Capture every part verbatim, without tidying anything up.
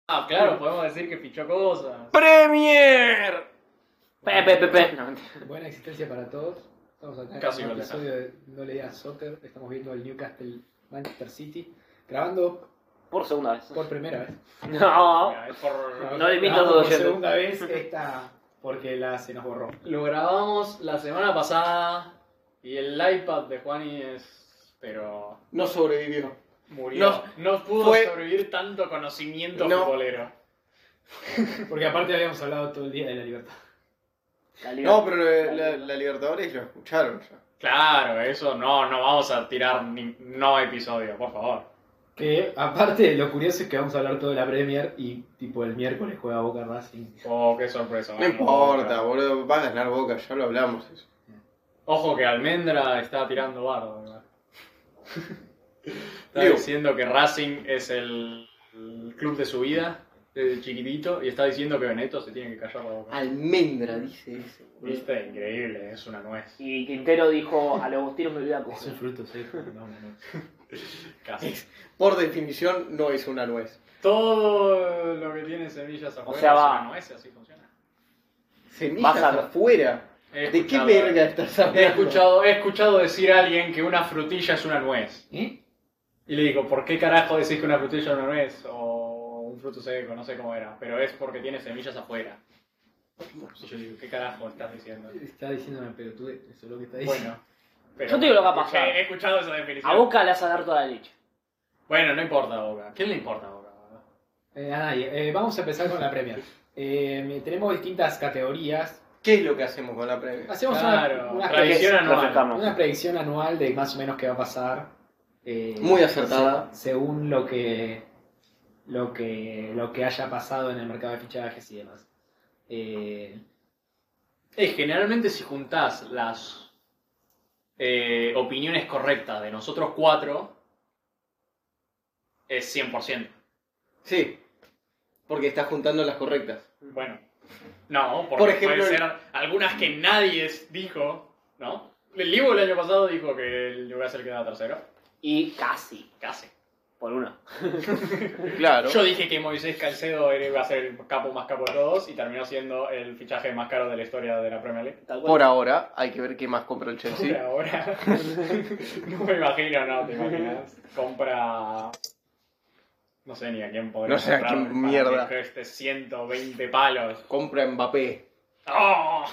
Ah, claro, podemos decir que fichó cosas. ¡Premier! Pepe, pepe. No, Buena existencia para todos. Estamos acá Casi en un igual de episodio de No le digas soccer. Estamos viendo el Newcastle Manchester City. Grabando por segunda vez. por primera vez. No. Mira, es por... No le mientas Grabando a los por oyentes. segunda vez esta porque la se nos borró. Lo grabamos la semana pasada y el iPad de Juani es... pero... No sobrevivió. murió. No, no pudo fue- sobrevivir tanto conocimiento No. futbolero. Porque aparte habíamos hablado todo el día de la libertad. La liga. No, pero la, la- la Libertadores lo escucharon ya. Claro, eso no, no vamos a tirar ni, no episodio, por favor. Que aparte lo curioso es que vamos a hablar todo de la Premier y tipo el miércoles juega Boca Racing. Oh, qué sorpresa. No vamos, importa, Boca. boludo. Va a ganar Boca, ya lo hablamos eso. Ojo que Almendra está tirando bardo. ¿Verdad? Está Digo. diciendo que Racing es el, el club de su vida, desde chiquitito, y está diciendo que Benetto se tiene que callar la boca. Almendra, dice eso. ¿Viste? Increíble, es una nuez. Y Quintero dijo, a los Agustino me voy a Es un coger. fruto seco. No, no, no. Casi. Por definición, no es una nuez. Todo lo que tiene semillas afuera sea, es va. una nuez, así funciona. Semillas Vas a- afuera. He ¿De qué escuchado- verga estás hablando? He escuchado, he escuchado decir a alguien que una frutilla es una nuez. ¿Eh? Y le digo, ¿por qué carajo decís que una frutilla es una nuez? O un fruto seco, no sé cómo era. Pero es porque tiene semillas afuera. Y yo digo, ¿qué carajo estás diciendo? Está diciendo una pelotudez, eso es lo que está diciendo. Bueno. Pero Yo te digo lo que va a escuché- pasar. He escuchado esa definición. A Boca le vas a dar toda la leche. Bueno, no importa a Boca. ¿Quién le importa a Boca? Eh, a nadie. Eh, vamos a empezar con la Premier. Eh, tenemos distintas categorías. ¿Qué es lo que hacemos con la Premier? Hacemos Claro, una, una, tradición predicción, anual. refrescarnos. una predicción anual de más o menos qué va a pasar. eh, Muy acertada. se- según lo que, lo que lo que haya pasado en el mercado de fichajes y demás. Eh, Es generalmente si juntás las eh, opiniones correctas de nosotros cuatro, es cien por ciento. Sí. Porque estás juntando las correctas. Bueno, no, porque Por ejemplo, puede el- ser algunas que nadie dijo, ¿no? El Livo el año pasado dijo que el Newcastle quedaba tercero. Y casi, Casi. por uno. Claro. Yo dije que Moisés Caicedo era- iba a ser el capo más capo de todos y terminó siendo el fichaje más caro de la historia de la Premier League. Tal cual. Por ahora, hay que ver qué más compra el Por Chelsea. ahora. No me imagino, no, te imaginas. Compra. No sé ni a quién podría No sé a comprar quién para mierda. que cueste ciento veinte palos. Compra Mbappé. ¡Oh!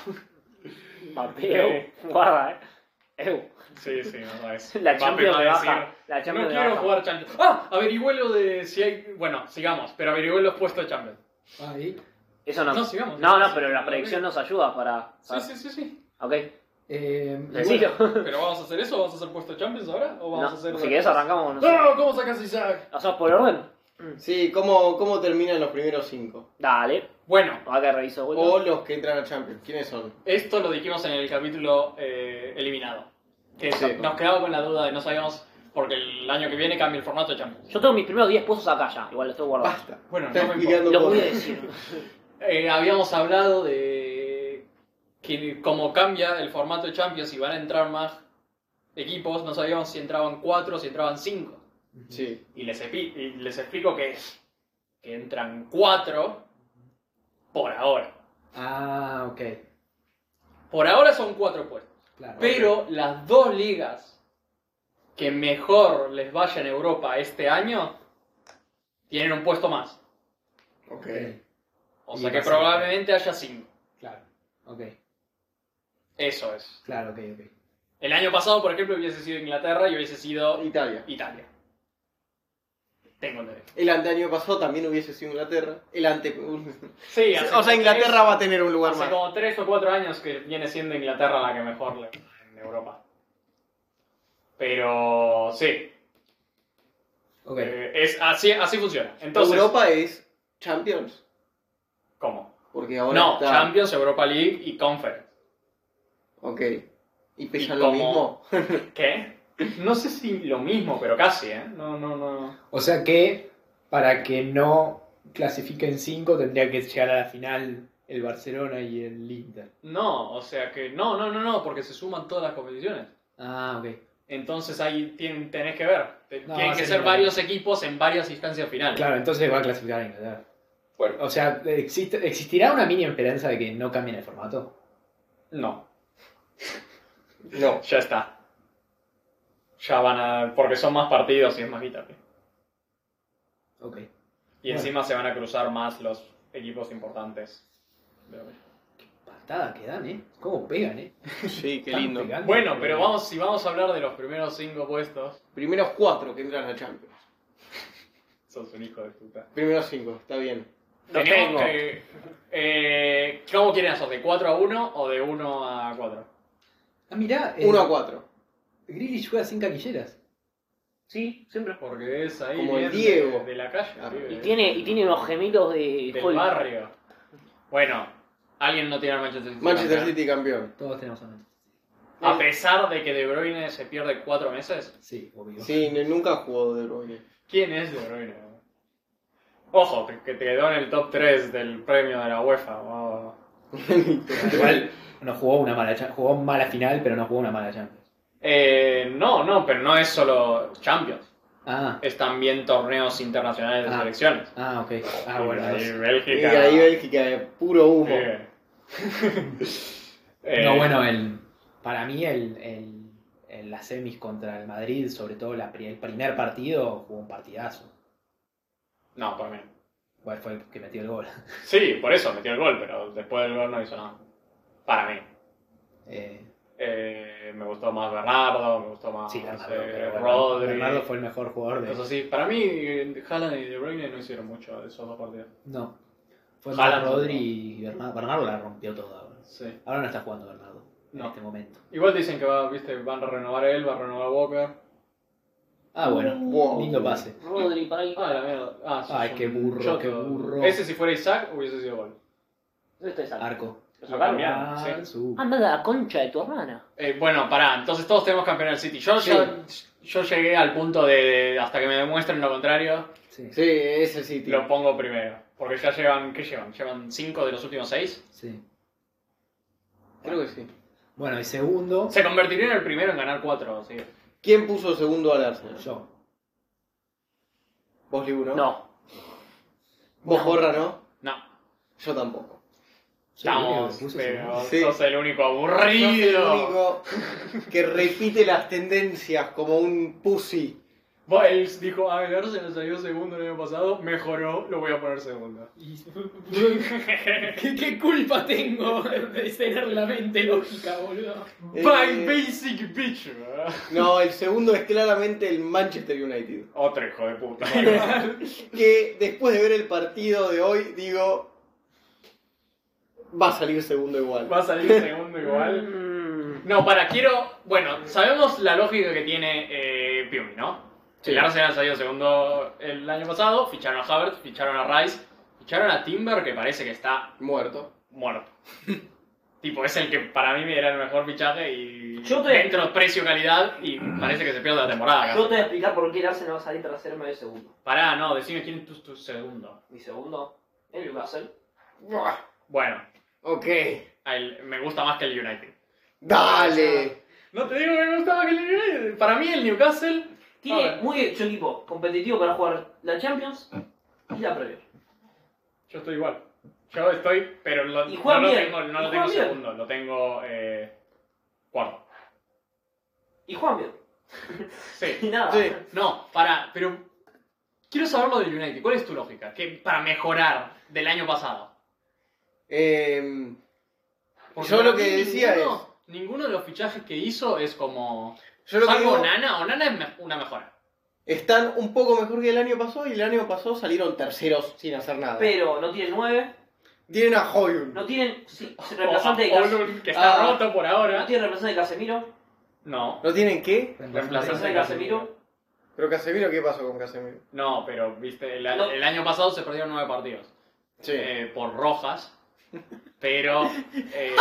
Papeo. Guarda, eh. Eu. Sí, sí, no sabes. La Mbappé Champions va a me decir, baja. La Champions no me quiero baja. jugar Champions. ¡Ah! Averigüé lo de si hay. Bueno, sigamos, pero averigüé los puestos de Champions. ahí. Eso no. No, sigamos. No, no, pero la predicción nos ayuda para. Sí, para- sí, sí, sí. Ok. Eh, Sencillo. ¿Pero vamos a hacer eso? ¿Vamos a hacer puesto de Champions ahora? ¿O vamos No, a hacer.? si querés arrancamos. No sé. ¡No! ¿Cómo sacas Isaac? ¿Hacemos por orden? Sí, ¿cómo, cómo terminan los primeros cinco? Dale. Bueno, Acá que reviso de O vuelta. los que entran a Champions. ¿Quiénes son? esto lo dijimos en el capítulo eh, eliminado. Que Sí. nos quedaba con la duda de no sabíamos. Porque el año que viene cambia el formato de Champions. Yo tengo mis primeros diez puestos acá ya. Igual los estoy guardando. Basta. Bueno, Está no me explicando Los voy a cosas. decir. Eh, habíamos hablado de que como cambia el formato de Champions y van a entrar más equipos, no sabíamos si entraban cuatro o si entraban cinco. Sí. Y les, epi- y les explico que es que entran cuatro por ahora. Ah, ok. Por ahora son cuatro puestos. Claro. Pero las dos ligas que mejor les vaya en Europa este año tienen un puesto más. Ok. O Y sea que va a ser- probablemente haya cinco. Claro. Ok. Eso es. Claro, ok, ok. El año pasado, por ejemplo, hubiese sido Inglaterra y hubiese sido Italia. Italia. Tengo el derecho. El anteaño pasado también hubiese sido Inglaterra. El ante... Sí, O sea, Inglaterra va a tener un lugar Hace más. como tres o cuatro años que viene siendo Inglaterra la que mejor le en Europa. Pero sí, Ok. eh, es, así, así funciona. Entonces, Europa es Champions. ¿cómo? Porque ahora No, está... Champions, Europa League y Conference. Ok. ¿Y pesan ¿Y lo cómo? mismo? ¿Qué? No sé si lo mismo, pero casi, ¿eh? No, no, no. O sea que para que no clasifiquen cinco tendría que llegar a la final el Barcelona y el Inter. No, o sea que no, no, no, no, porque se suman todas las competiciones. Ah, ok. Entonces ahí tien- tenés que ver. Te- No, Tienen que sí, ser claro. varios equipos en varias instancias finales. Claro, entonces va a clasificar a Inglaterra. Bueno, O sea, existe, ¿existirá una mínima esperanza de que no cambien el formato? no, No. ya está. Ya van a... porque son más partidos y es más guita. Ok. Y Bueno. encima se van a cruzar más los equipos importantes. Patada que dan, ¿eh? ¿Cómo pegan, eh? Sí, qué Están lindo. pegando. Bueno, pero vamos, si vamos a hablar de los primeros cinco puestos, Primeros cuatro que entran a Champions. sos un hijo de puta. Primeros cinco, está bien. Los Tenemos tengo. que... Eh, ¿Cómo quieren hacer? ¿De cuatro a uno o de uno a cuatro? Ah, mirá. eh, uno a cuatro. Grealish juega sin canilleras. Sí, siempre. Porque es ahí Como el bien Diego. De, de la calle, Ah, pibe. Y tiene, y tiene unos gemidos de del Hulk. barrio. Bueno, alguien no tiene al Manchester City. Manchester campeón. City campeón. Todos tenemos a Manchester. A pesar de que De Bruyne se pierde cuatro meses. Sí, obvio. Sí, n- nunca jugó De Bruyne. ¿Quién es De Bruyne? Ojo, que, que te quedó en el top tres del premio de la UEFA. Wow. Igual no jugó una mala cha- jugó mala final, pero no jugó una mala Champions. Eh, no, no, pero no es solo Champions. Ah, Es también torneos internacionales de Ah. selecciones. ah, ok. Ah, bueno. Ahí es- Y Bélgica. ahí Bélgica, eh, puro humo. Eh. Eh, No, bueno, el, para mí el, el, el- las semis contra el Madrid, sobre todo la, pri- el primer partido, jugó un partidazo. No, por mí. Bueno, fue el que metió el gol. Sí, por eso metió el gol, pero después del gol no hizo nada. Para mí. Eh, Eh, me gustó más Bernardo, me gustó más sí, Bernardo, eh, pero Bernardo- Rodri. Bernardo fue el mejor jugador de... Entonces, sí, para mí, eh, Haaland y De Bruyne no hicieron mucho de esos dos partidos. No, fue Haaland más no. Rodri y Bernardo. Bernardo la rompió toda. Ahora, Sí. ahora no está jugando Bernardo en No. este momento. Igual dicen que va, viste, van a renovar él, va a renovar Boca. Ah, bueno, Wow. lindo pase. Rodri, para ahí. Ah, la mierda. Ah, sos Ay, un qué burro, choto. qué burro. Ese si fuera Isaac hubiese sido gol. ¿Dónde está esa? Arco. ¿Lo Lo sacaron? cambiaron. Ah, sí. su- Anda a la concha de tu hermana. Eh, bueno, pará, entonces todos tenemos campeón del City. Yo, ya- yo llegué al punto de, de- hasta que me demuestren lo contrario, Sí, Sí, ese City. lo pongo primero. Porque ya llevan, ¿qué llevan? ¿Llevan cinco de los últimos seis? sí. Creo que sí. Bueno, y segundo, Se convertiría en el primero en ganar cuatro, sí. ¿Quién puso segundo al Arsenal? yo. ¿Vos, Libu, no? No. ¿Vos, Borra, no? No, Yo tampoco. Soy el único estamos, que puso pero segundo. Sí. sos el único Yo soy el aburrido. único que repite las tendencias como un pussy. Biles dijo, a ver, se nos salió segundo el año pasado, mejoró, lo voy a poner segundo. ¿Qué, ¿Qué culpa tengo de tener la mente lógica, boludo? By Eh, basic bitch. No, el segundo es claramente el Manchester United. Otro hijo de puta. Que después de ver el partido de hoy, digo, va a salir segundo igual. Va a salir segundo igual. Mm. No, para, quiero... Bueno, sabemos la lógica que tiene eh, Piumi, ¿no? Sí. El Arsenal salió segundo el año pasado, ficharon a Havertz, ficharon a Rice, ficharon a Timber, que parece que está Muerto. muerto. Tipo, es el que para mí era el mejor fichaje y Yo te- dentro precio-calidad y parece que se pierde la temporada. Yo casi. te voy a explicar por qué el Arsenal va a salir tras medio segundo. Pará, no, decime quién es tu, tu segundo. Mi segundo, el Newcastle. Buah, Bueno, ok. el- me gusta más que el United. Dale. No te digo que me gusta más que el United. Para mí el Newcastle... A Tiene ver. muy hecho equipo competitivo para jugar la Champions y la Premier. Yo estoy igual. Yo estoy, pero lo- Y no juegan lo bien. tengo, no Y lo tengo juegan bien. segundo, lo tengo eh, cuarto. Y juegan bien. Sí. Y nada. Sí. No, para, pero quiero saber lo del United. ¿Cuál es tu lógica? ¿Qué, para mejorar del año pasado? Eh, Porque yo para lo que mí decía ninguno, ninguno de los fichajes que hizo es como... Yo lo que Salvo digo, Nana, o Nana es me- una mejora. están un poco mejor que el año pasado y el año pasado salieron terceros sin hacer nada. Pero no tienen nueve, Tienen a Hoyun. no tienen sí, reemplazante de O- Casemiro. Olun, que está Ah. roto por No ahora. tienen reemplazante de Casemiro. No, ¿No tienen qué? reemplazante Reemplazante de Casemiro. Pero Casemiro, ¿qué pasó con Casemiro? no, pero viste, el, No. el año pasado se perdieron nueve partidos. Sí. eh, por rojas, pero eh,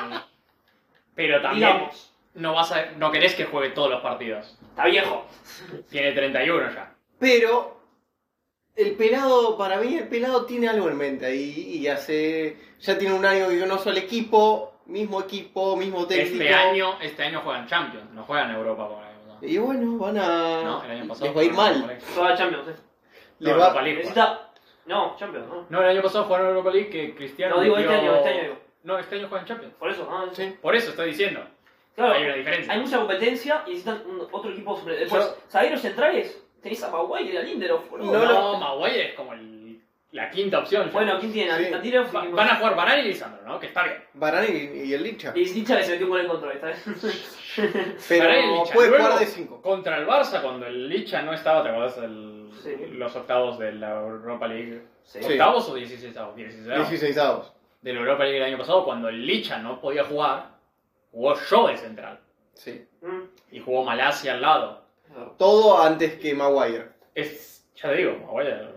pero también Digamos. no vas a, no querés que juegue todos los partidos. Está viejo. Tiene treinta y uno ya. Pero el pelado, para mí el pelado tiene algo en mente ahí y hace, ya tiene un año que conoce al equipo, mismo equipo, mismo técnico. Este año, este año juegan Champions, no juegan Europa por ejemplo. Y bueno, van a... No, el año pasado les va a ir jugaron mal. Europa Toda la Champions, eh. Les No, va- Europa League. Necesita No, Champions, no. No, el año pasado jugaron Europa League que Cristiano... No, digo metió- este año, este año digo. No, este año juegan Champions. Por eso, ah, Sí. Por eso estoy diciendo. Claro, Hay una diferencia. hay mucha competencia y necesitan un- otro equipo sobre... Después, Yo- zagueros centrales, tenés a Maguire y a Lindelof, boludo. No, No, no, Maguire es como el- la quinta opción. ya. Bueno, ¿quién tiene? Sí. A Lindelof Va- y... van a jugar Varane y Lisandro, ¿no? Que está bien. Varane y, y el Licha. Y Licha que se metió un gol en contra esta vez. Pero Varane y Licha. puede Luego, jugar de cinco. Contra el Barça, cuando el Licha no estaba, ¿te acordás? El- Sí. Los octavos de la Europa League. Sí. Sí. ¿Octavos o dieciséisavos? dieciséisavos. dieciseisavos. De la Europa League el año pasado, cuando el Licha no podía jugar, jugó yo de central. Sí. Mm. Y jugó Malasia al lado. Todo antes que Maguire. Es, ya te digo, Maguire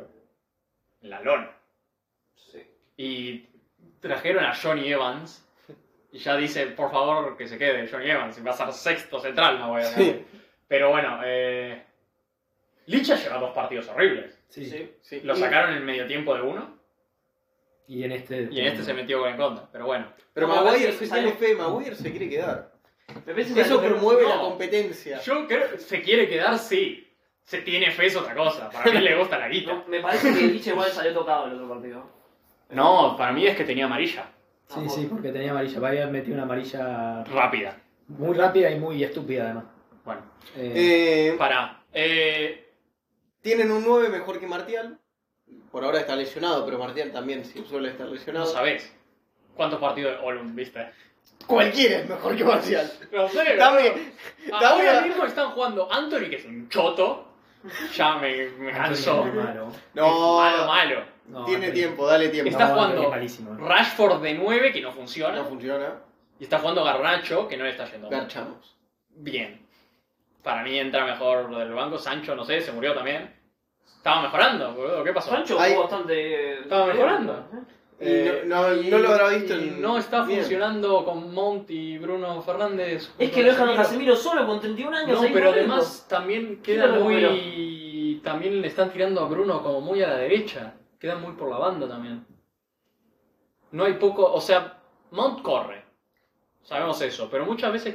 en la lona. Sí. Y trajeron a Johnny Evans. Y ya dice, por favor, que se quede Johnny Evans. Y va a ser sexto central, Maguire. Sí. Pero bueno, eh, Licha lleva dos partidos horribles. Sí. Sí. Sí. Lo Y- sacaron en medio tiempo de uno. Y en este. Y en este se metió en contra. Pero bueno. Pero No, me Maguire parece se que tiene salió- fe, Maguire se quiere quedar. Me parece que Eso salió- promueve no. la competencia. Yo creo se quiere quedar, sí. Se tiene fe es otra cosa. Para mí le gusta la guita. No, me parece que Licha igual salió tocado el otro partido. No, para mí es que tenía amarilla. Sí, sí, porque tenía amarilla. Había metido una amarilla Rápida. muy rápida y muy estúpida, además. Bueno, Eh, Eh, para. Eh, tienen un nueve mejor que Martial. Por ahora está lesionado, pero Martial también sí suele estar no lesionado. sabés cuántos partidos de Olum viste. Cualquiera es mejor que Martial. No sé, Dame, boludo. dame Ahora a- mismo están jugando Anthony, que es un choto. Ya me, me cansó. Antonio es malo. No, Malo, malo. No, tiene Antonio- tiempo, dale tiempo. Está No, jugando- Antonio es malísimo. Rashford de nueve, que no funciona. No funciona. Y está jugando Garnacho, que no le está yendo mucho. Garchamos. Bien. Para mí entra mejor del banco. Sancho, no sé, se murió también. Estaba mejorando, boludo. ¿Qué pasó? Sancho Ahí- jugó bastante... Estaba mejorando. Y Eh, no, no, y- no lo habrá visto y en- no está bien. funcionando con Mount y Bruno Fernández. Es que lo dejan a Casemiro solo con treinta y un años. No, ahí pero corriendo. además también queda lo muy... También le están tirando a Bruno como muy a la derecha. Queda muy por la banda también. No hay poco... O sea, Mount corre. Sabemos eso. Pero muchas veces...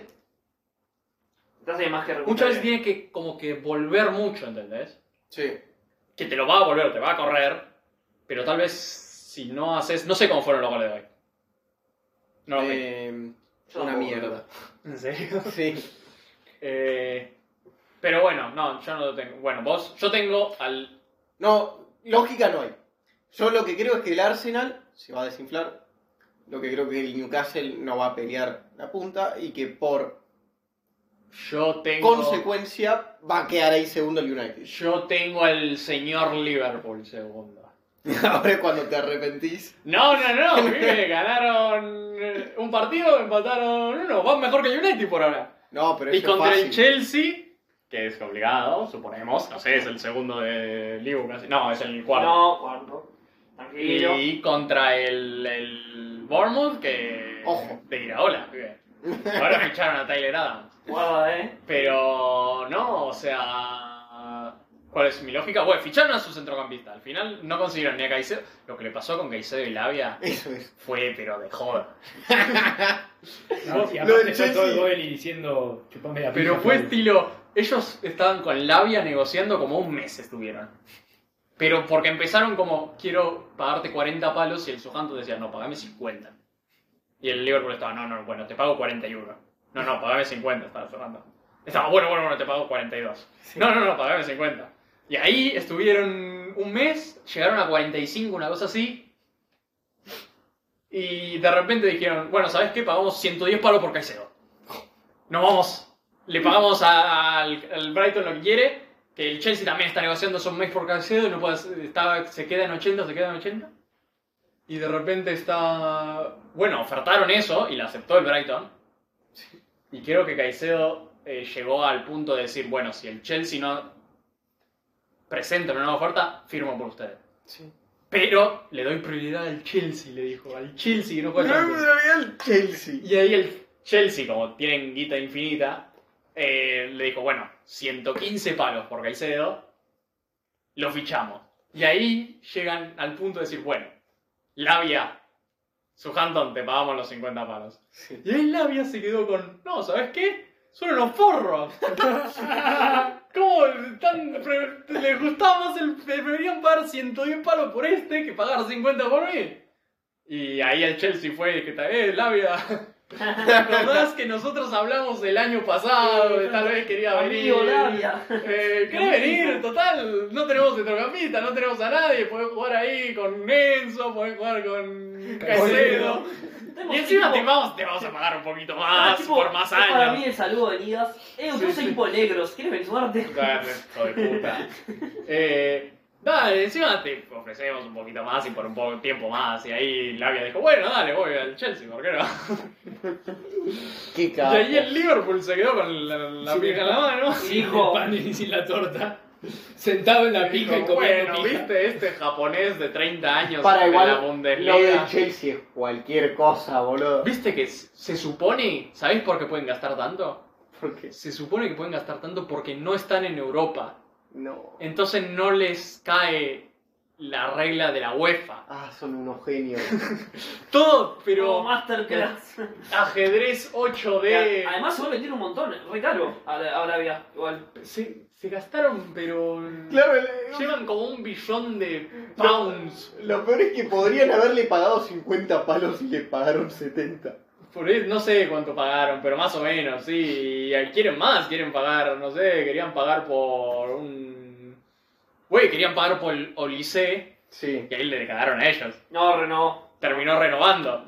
Te hace más que Muchas recuperar. veces tiene que como que volver mucho, ¿entendés? Sí. Que te lo va a volver, te va a correr. Pero tal vez si no haces... No sé cómo fueron los goles de hoy. No lo vi. Eh, Yo una tampoco, mierda. ¿En serio? Sí. Eh, pero bueno, no, yo no lo tengo. Bueno, vos, yo tengo al... No, lógica no hay. Yo lo que creo es que el Arsenal se va a desinflar. Lo que creo que el Newcastle no va a pelear la punta y que por Yo tengo... consecuencia va a quedar ahí segundo el United. Yo tengo al señor Liverpool segundo. Ahora es cuando te arrepentís. No, no, no, pibe, ganaron eh, un partido, empataron uno, van mejor que el United por ahora. No, pero Y eso es contra fácil. el Chelsea, que es obligado, suponemos, no sé, es el segundo de Liverpool casi. No, es el cuarto. No, cuarto. Tranquilo. Y contra el, el Bournemouth, que... Ojo. De Iraola, pibe. Ahora ficharon a Tyler Adams. Guarda, eh. Pero no, o sea... ¿Cuál es mi lógica? Bueno, ficharon a su centrocampista. Al final no consiguieron ni a Caicedo. Lo que le pasó con Caicedo y Lavia Eso es. fue, pero de joda. No, y Lo aparte del fue todo el Chelsea- gol y diciendo chupame la Pero pija, fue Paul. estilo... Ellos estaban con Lavia negociando como un mes estuvieron. Pero porque empezaron como, quiero pagarte cuarenta palos y el Southampton decía, no, pagame cincuenta. Y el Liverpool estaba, no, no, bueno, te pago cuarenta y uno. No, no, pagame cincuenta, estaba el Southampton. Estaba, bueno, bueno, bueno, te pago cuarenta y dos. No, no, no, pagame cincuenta. Y ahí estuvieron un mes, llegaron a cuarenta y cinco, una cosa así. Y de repente dijeron, bueno, ¿sabes qué? Pagamos ciento diez palos por Caicedo. Nos vamos. Le pagamos a- al, al Brighton lo que quiere. Que el Chelsea también está negociando son mes por Caicedo. Y no puede, está, se queda en ochenta, se queda en ochenta. Y de repente está... Bueno, ofertaron eso y lo aceptó el Brighton. Y creo que Caicedo eh, llegó al punto de decir, bueno, si el Chelsea no presenta una nueva oferta, firmo por ustedes. Sí. Pero le doy prioridad al Chelsea, le dijo. Al Chelsea, que no puede No estar- me olvidé el Chelsea. Y ahí el Chelsea, como tienen guita infinita, eh, le dijo, bueno, ciento quince palos por Caicedo, lo fichamos. Y ahí llegan al punto de decir, bueno, Lavia, Southampton, te pagamos los cincuenta palos. Sí. Y ahí Lavia se quedó con, no, ¿sabes qué? Son unos forros. ¿Cómo tan, pre- les gustaba más el... Preferían pagar ciento diez palos por este que pagar cincuenta por mí? Y ahí el Chelsea fue que tal vez, Labia... Recordás que nosotros hablamos el año pasado, de tal vez quería venir. Amigo Labia. Eh, ¿Querés venir? Total, no tenemos centrocampista, no tenemos a nadie. Podés jugar ahí con Enzo, podés jugar con Caicedo. Y encima te vamos, te vamos a pagar un poquito más tipo, por más es para mí años. el saludo de Nidas. Eh, usted es equipo negros, ¿quieres ver suerte? Dale, hijo de puta. Eh, dale, encima te ofrecemos un poquito más y por un poco tiempo más. Y ahí Labia dijo, bueno, dale, voy al Chelsea, ¿por qué no? Qué Y capo. ahí el Liverpool se quedó con la, la Sí, pija en la mano. Sin Hijo. el pan y sin la torta. Sentado en la pija y Dijo, comiendo bueno, pija. viste este japonés de treinta años Para de igual, la lo del Bundesliga. Chelsea es cualquier cosa, boludo. ¿Viste que se supone, ¿sabéis por qué pueden gastar tanto? Porque Se supone que pueden gastar tanto porque no están en Europa. no. Entonces no les cae la regla de la UEFA. Ah, son unos genios. Todo, Pero pero Masterclass. ajedrez ocho D. Además se va a meter un montón, re caro a la- a Arabia, igual. Se, se gastaron, pero... Claro, el- Llevan como un billón de pounds. lo peor es que podrían haberle pagado cincuenta palos y le pagaron setenta. Por eso, no sé cuánto pagaron, pero más o menos, sí. Y quieren más, quieren pagar, no sé, querían pagar por un... Güey, querían pagar por el Olise, Sí. que ahí le cagaron a ellos. No, renovó. Terminó renovando.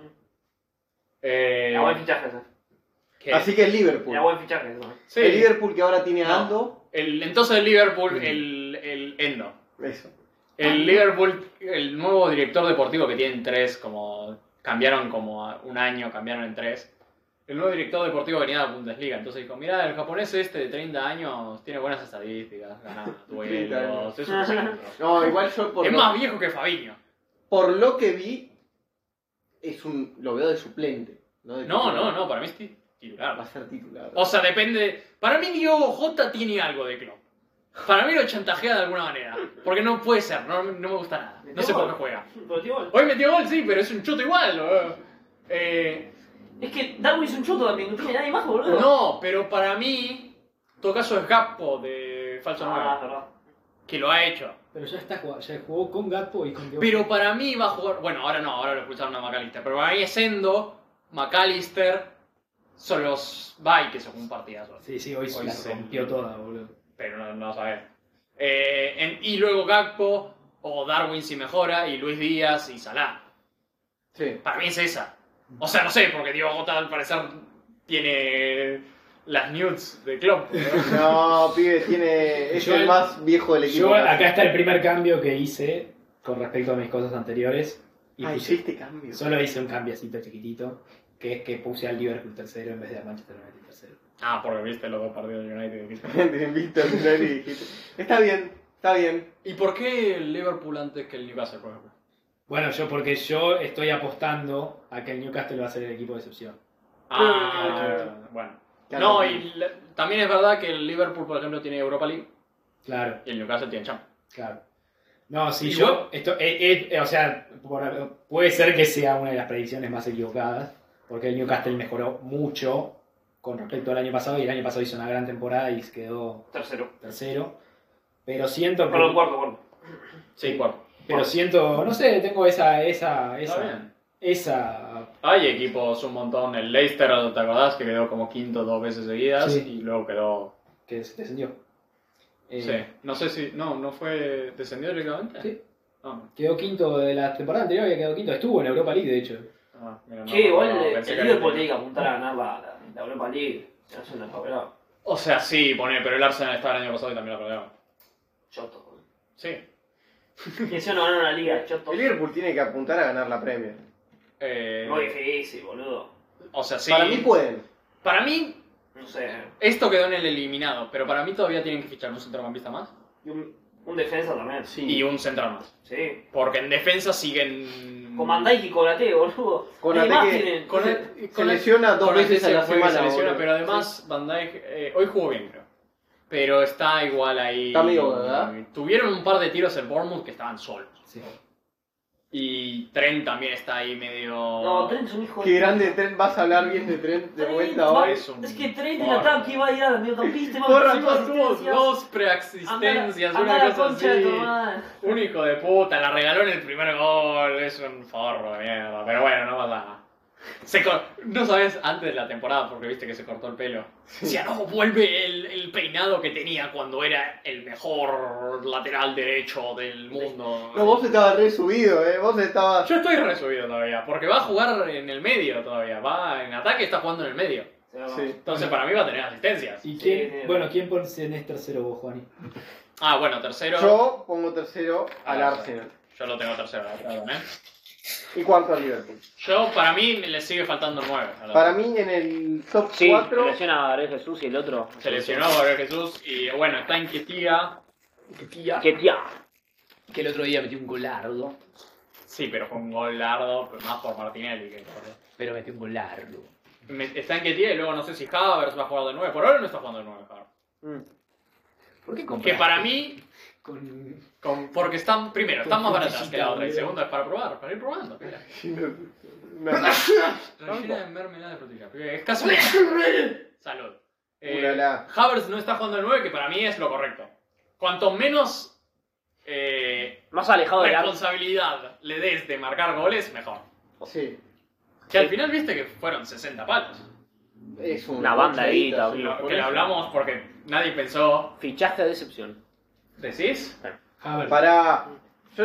Eh, Era buen fichaje ese. ¿qué? Así que el Liverpool. Era buen fichaje ese. Sí. El Liverpool que ahora tiene a No. Ando. El, entonces el Liverpool, el, el Endo. Eso. El Liverpool, el nuevo director deportivo que tienen tres, como cambiaron como a un año, cambiaron en tres. El nuevo director deportivo venía de la Bundesliga, entonces dijo, mira, el japonés este de treinta años tiene buenas estadísticas, gana duelos, es un centro. No, igual yo por Es lo, más viejo que Fabinho. por lo que vi, es un lo veo de suplente. No, de No, titular. no, no, para mí es Va titular. a ser titular. O sea, depende... Para mí Diogo Jota tiene algo de club. Para mí lo chantajea de alguna manera. Porque no puede ser, no, no me gusta nada. No sé por qué juega. Pero, tío, Hoy metió gol, sí, pero es un choto igual. boludo. Eh, es que Darwin es un choto también, no tiene nadie más, boludo. no, pero para mí, en todo caso es Gakpo de Falso Ah, es nueve, verdad. que lo ha hecho. Pero ya está jugando, ya jugó con Gakpo y con Diogo. Pero para mí va a jugar... Bueno, ahora no, ahora lo expulsaron a McAllister. Pero para mí es Endo, McAllister, son los... Bye, que se jugó un partidazo. Sí, sí, hoy, Hoy la se- rompió toda, boludo. Pero no, no sabes. Eh, en- y luego Gakpo, o Darwin si mejora, y Luis Díaz y Salah. Sí. Para mí es esa. O sea, no sé, porque Diogo Jota al parecer tiene las nudes de Klopp. ¿no? No, pibe, tiene. Es Yo el el- más viejo del equipo. Yo, acá está el primer cambio que hice con respecto a mis cosas anteriores. Y Ah, puse- hiciste cambio. solo hice un cambiecito chiquitito, que es que puse al Liverpool tercero en vez de al Manchester United tercero. Ah, porque viste los dos partidos de United. Te invito a mirar y dijiste. Está bien, está bien. ¿Y por qué el Liverpool antes que el Newcastle, por ejemplo? Bueno, yo porque yo estoy apostando a que el Newcastle va a ser el equipo de excepción. Ah, bueno. Claro. No, y la- también es verdad que el Liverpool, por ejemplo, tiene Europa League Claro, y el Newcastle tiene Champions. claro. No, si Y yo, bueno- esto, eh, eh, o sea, por- puede ser que sea una de las predicciones más equivocadas, porque el Newcastle mejoró mucho con respecto al año pasado y el año pasado hizo una gran temporada y se quedó Tercero. tercero. Pero siento que, Perdón, cuarto, cuarto. Sí, cuarto. pero siento, no sé, tengo esa, esa, Está esa, bien. esa, Hay equipos un montón. El Leicester, ¿te acordás? Que quedó como quinto dos veces seguidas Sí. y luego quedó... que se descendió. Eh, Sí. No sé si... No, ¿no fue descendido directamente? Sí. Ah, Quedó quinto de la temporada anterior, había quedado quinto, estuvo en Europa League de hecho. ah, mira, no, Che, igual no, el- pensé el que Liverpool había- tiene que apuntar a ganar la, la, la Europa League. Se hace una papelada. O sea, sí, poné, pero el Arsenal estaba el año pasado y también la perdieron. Choto, boludo. Sí. Que si no ganaron la liga, choto. El Liverpool tiene que apuntar a ganar la Premier. Eh, Muy difícil, boludo. o sea, sí. Para mí pueden. Para mí, No sé. esto quedó en el eliminado, pero para mí todavía tienen que fichar un centrocampista más Y un, un defensa también. Sí. y un central más. Sí. Porque en defensa siguen... Con Van Dijk y Konate, boludo. Konate Nadie más que- tienen. Con Se con lesiona dos Konate veces a se la fue que semana, se lesiona, boludo. pero además Van Dijk eh, hoy jugó bien, creo. Pero está igual ahí. Está amigo, ¿verdad? Tuvieron un par de tiros en Bournemouth que estaban solos. Sí. Y Trent también está ahí medio... No, Trent es un hijo de... Qué grande Trent, vas a hablar bien de Trent de Trent vuelta va- hoy. Es un Es que Trent en porro. ataque va a ir al mediocampista, va a Porra, hacer Encima tuvo asistencias. dos preasistencias, Anda- una anda la cosa concha de tu así. madre. Un hijo de puta, la regaló en el primer gol, es un forro de mierda, pero bueno, no pasa nada. Se cor- no sabes antes de la temporada, porque viste que se cortó el pelo. Decía, no, vuelve el, el peinado que tenía cuando era el mejor lateral derecho del mundo. No, vos estabas re subido, eh. Vos estabas. Yo estoy resubido todavía, porque va a jugar en el medio todavía, va en ataque, está jugando en el medio. Sí. Entonces para mí va a tener asistencias. ¿Y Sí, quién, sí. bueno, quién pones en este tercero vos, Juani? Ah, bueno, tercero. Yo pongo tercero al Ah, Arsenal. Yo lo tengo tercero, perdón, ¿eh? Y cuarto al Liverpool. Yo, para mí, le sigue faltando nueve. Para mí en el top Sí, cuatro. lesiona a Gabriel Jesús y el otro. Se lesionó a Gabriel Jesús y bueno, está en Ketía. Ketía. Que tía. Que el otro día metió un golardo. Sí, pero fue un gol largo, pero más por Martinelli que por... Pero metió un golardo. Me- Está en Ketía y luego no sé si Havertz va a jugar de nueve. Por ahora no está jugando de nueve, Havertz. Mm. ¿Por qué Que compraste? para mí, Con... con- porque están, primero, Con están más baratas frutillita, que la otra. Y boludo. segundo, es para probar, para ir probando. Mira. Me- Rellena de mermelada de frutilla. porque Es casi una... Salud. Eh, Ulala. Havertz no está jugando de nueve, que para mí es lo correcto. Cuanto menos eh, Más alejado del arco. responsabilidad le des de marcar goles, mejor. Sí. Que al final viste que fueron sesenta palos. Es una Una banda de bochadita, guita, sí. boludo. Lo- por que lo eso. hablamos porque nadie pensó. Fichaje de decepción. ¿Decís? A ver, Para. Yo.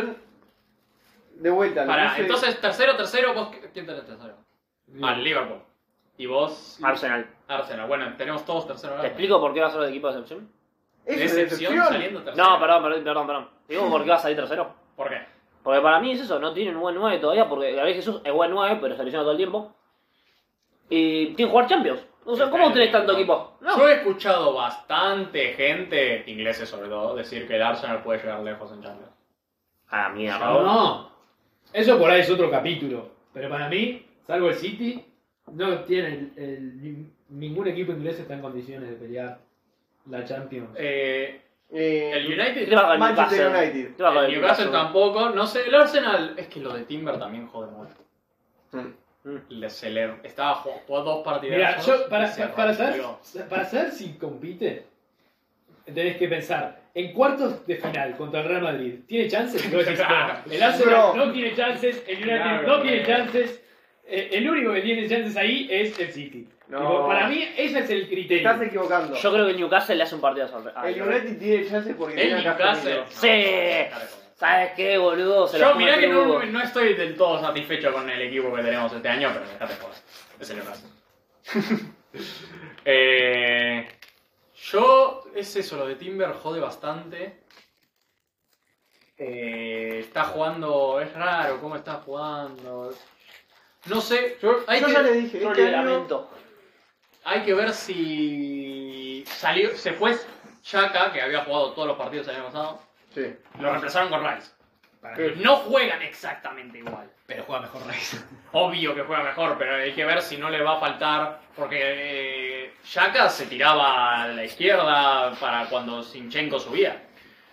De vuelta, Pará, lo puse- entonces tercero, tercero, vos. ¿Quién tenés tercero? Ah, Liverpool. Y vos. Arsenal. Arsenal. Bueno, tenemos todos tercero. ¿Te explico por qué va a ser el equipo de decepción? ¿Es una Decepción decepción? saliendo tercero. No, perdón, perdón, perdón, perdón. ¿Te digo por qué va a salir tercero? ¿Por qué? Porque para mí es eso, no tiene un buen nueve todavía, porque Gabriel Jesús es buen nueve, pero se lesiona todo el tiempo. Y tiene que jugar Champions. O sea, ¿cómo tenés tanto equipo? No. Yo he escuchado bastante gente, ingleses sobre todo, decir que el Arsenal puede llegar lejos en Champions. Ah, mierda. no, no. Eso por ahí es otro capítulo. Pero para mí, salvo el City, no tiene el, el- ni- ningún equipo inglés está en condiciones de pelear la Champions. Eh, Eh, el United. ¿Qué va con el Manchester Newcastle? United. ¿Qué va con El Newcastle tampoco. No sé, el Arsenal. Es que lo de Timber también jode mucho. Mm. Le, se le, estaba jugando jugó dos partidos. Mira, yo para, para, saber, para saber si compite, tenés que pensar, en cuartos de final contra el Real Madrid, ¿tiene chances? No, decís, no, el Arsenal Bro. no tiene chances, el United Claro, no tiene bro. chances, eh, el único que tiene chances ahí es el City. No. Tipo, para mí ese es el Te criterio. estás equivocando. Yo creo que el Newcastle le hace un partido a sorpresa. El United tiene chance porque El tiene a Newcastle. Casemiro. Sí. ¿Sabes qué, boludo? Se lo Yo come mirá que no, crudo. no estoy del todo satisfecho con el equipo que tenemos este año, pero dejate joder. Es el Newcastle. eh, yo, es eso, lo de Timber jode bastante. Eh, está jugando, es raro cómo está jugando. No sé, Yo, hay, yo que, ya le dije, Yo este le año- lamento. hay que ver si salió, se fue Xhaka, que había jugado todos los partidos el año pasado, Sí. lo reemplazaron con Rice. Para mí, No juegan exactamente igual. pero juega mejor Rice. Obvio que juega mejor, pero hay que ver si no le va a faltar. Porque eh, Xhaka se tiraba a la izquierda para cuando Sinchenko subía.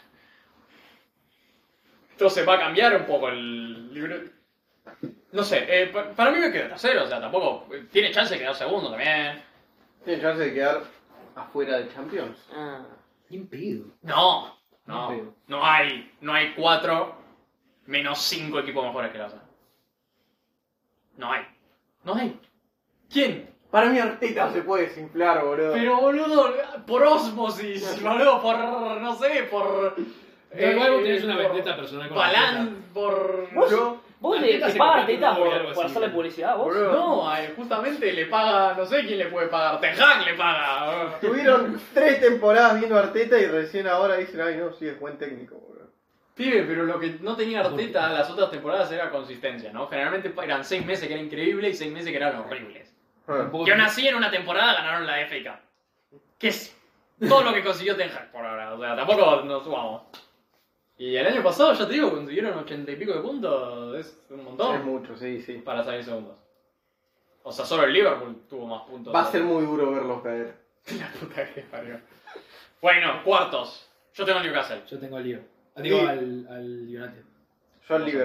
Entonces va a cambiar un poco el libreto. No sé, eh, pa- para mí me queda tercero, o sea, tampoco. Tiene chance de quedar segundo también. Tiene chance de quedar afuera de Champions. Ah. Bien pedo. No, No. no, no hay, no hay cuatro menos cinco equipos mejores que el Arsenal. No hay, no hay. ¿Quién? Para mí Arteta se puede desinflar, boludo. Pero boludo, por osmosis, boludo, por, no sé, por... Pero igual vos tenés eh, una por vendetta personal con Balán, por... ¿Vos? Yo, ¿Vos le, Arteta te se pagas compró Arteta un novio o por, algo por así, hacerle boludo. publicidad, vos? Boludo. No, eh, justamente le paga, no sé quién le puede pagar, Ten Hag le paga. tuvieron tres temporadas viendo a Arteta y recién ahora dicen, ay no, sí, es buen técnico, boludo. Pibe, pero lo que no tenía Arteta las otras temporadas era consistencia, ¿no? Generalmente eran seis meses que eran increíbles y seis meses que eran horribles. Ah. Que aún así en una temporada ganaron la F A Cup. Que es todo lo que consiguió Ten Hag por ahora, o sea, tampoco nos sumamos. Y el año pasado, ya te digo, consiguieron ochenta y pico de puntos, es un montón. Es mucho, sí, sí. Para salir segundos. O sea, solo el Liverpool tuvo más puntos. Va a ser muy duro verlos caer. La puta que parió. Bueno, cuartos. Yo tengo Newcastle. Yo tengo al Liverpool. Ah, Digo Sí. al, al United. Yo al Liverpool.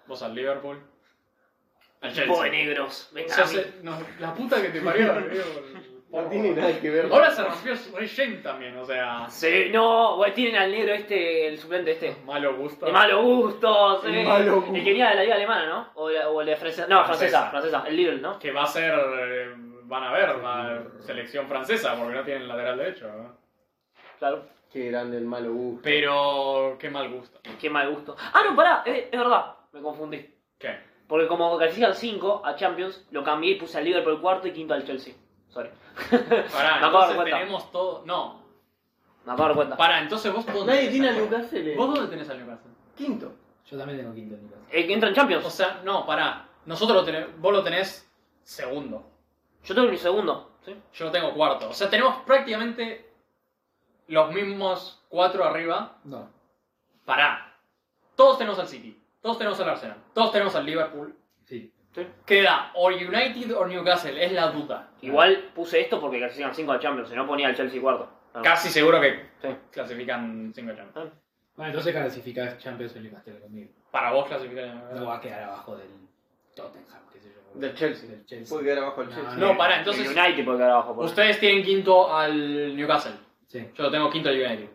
Vos al Liverpool. Al Chelsea. Tipo de negros. Venga, Ya a mí. sé, no, la puta que te parió. amigo. No tiene nada que ver. Ahora se rompió Regen también, o sea. Sí, no, güey, tienen al negro este, el suplente este. Malo gusto. De malo gusto, sí. De malo gusto. El que venía de la liga alemana, ¿no? O, la- o el de francesa. No, francesa, Francesa. francesa. El Lidl, ¿no? Que va a ser. eh, Van a ver la selección francesa porque no tienen lateral derecho. ¿no? Claro. Qué grande el malo gusto. Pero. Qué mal gusto. Qué mal gusto. Ah, no, pará, es, es verdad. Me confundí. ¿Qué? Porque como califican cinco a Champions, lo cambié y puse al Liverpool cuarto y quinto al Chelsea. Sorry. Pará, Me acabo de dar entonces cuenta. tenemos todo. No. Me acabo de dar cuenta. Pará, entonces vos dónde Nadie tenés tiene al a Newcastle. eh. ¿Vos dónde tenés al Newcastle? Quinto. Yo también tengo quinto en mi casa. El que entra en Champions. O sea, no, pará. Nosotros lo tenemos. Vos lo tenés segundo. Yo tengo mi segundo. ¿Sí? Yo lo tengo cuarto. O sea, tenemos prácticamente los mismos cuatro arriba. No. Pará. Todos tenemos al City. Todos tenemos al Arsenal. Todos tenemos al Liverpool. Sí. ¿Sí? Queda o United o Newcastle. Es la duda. Igual puse esto porque clasifican cinco a Champions, si no ponía al Chelsea cuarto. Claro. Casi seguro que Sí. clasifican cinco Champions. Bueno, entonces clasificás Champions en Newcastle conmigo. Para vos clasifican. No va a quedar abajo del Tottenham, qué sé yo. Del Chelsea. Del Chelsea. Puede quedar abajo el No, Chelsea. No, pará, entonces. El United puede quedar abajo. Por Ustedes tienen quinto al Newcastle. Sí. Yo lo tengo quinto al United.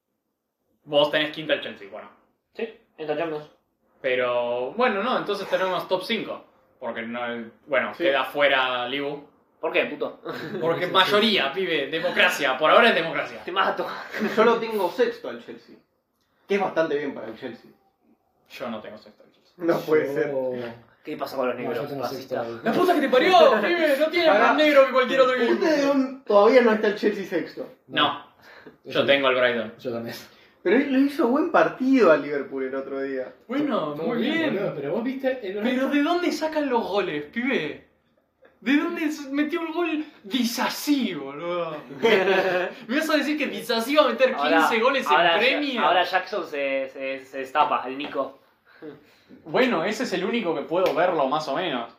Vos tenés quinto al Chelsea, bueno. Sí, entra Champions. Pero bueno, no, entonces tenemos top cinco. Porque no, bueno, Sí. queda fuera Libu. ¿Por qué, puto? Porque mayoría, pibe, democracia. Por ahora es democracia. Te mato. Yo lo tengo sexto al Chelsea. Que es bastante bien para el Chelsea. Yo no tengo sexto al Chelsea. No puede Yo- ser. ¿Qué pasa con los No, yo negros? tengo Racista. sexto. ¡La puta que te parió, pibe! No tiene Pará. más negro que cualquier otro equipo. ¿Ustedes dónde- todavía no está el Chelsea sexto? No, yo tengo el Brighton. Yo también. Pero él le hizo buen partido al Liverpool el otro día. Bueno, Todo muy bien. boludo, pero vos viste. el- Pero ¿de dónde sacan los goles, pibe? ¿De dónde s- metió el gol Disasí, boludo? ¿Me vas a decir que Disasí va a meter quince goles ahora, en Premier? Ahora Jackson se, se, se destapa, el Nico. Bueno, ese es el único que puedo verlo más o menos.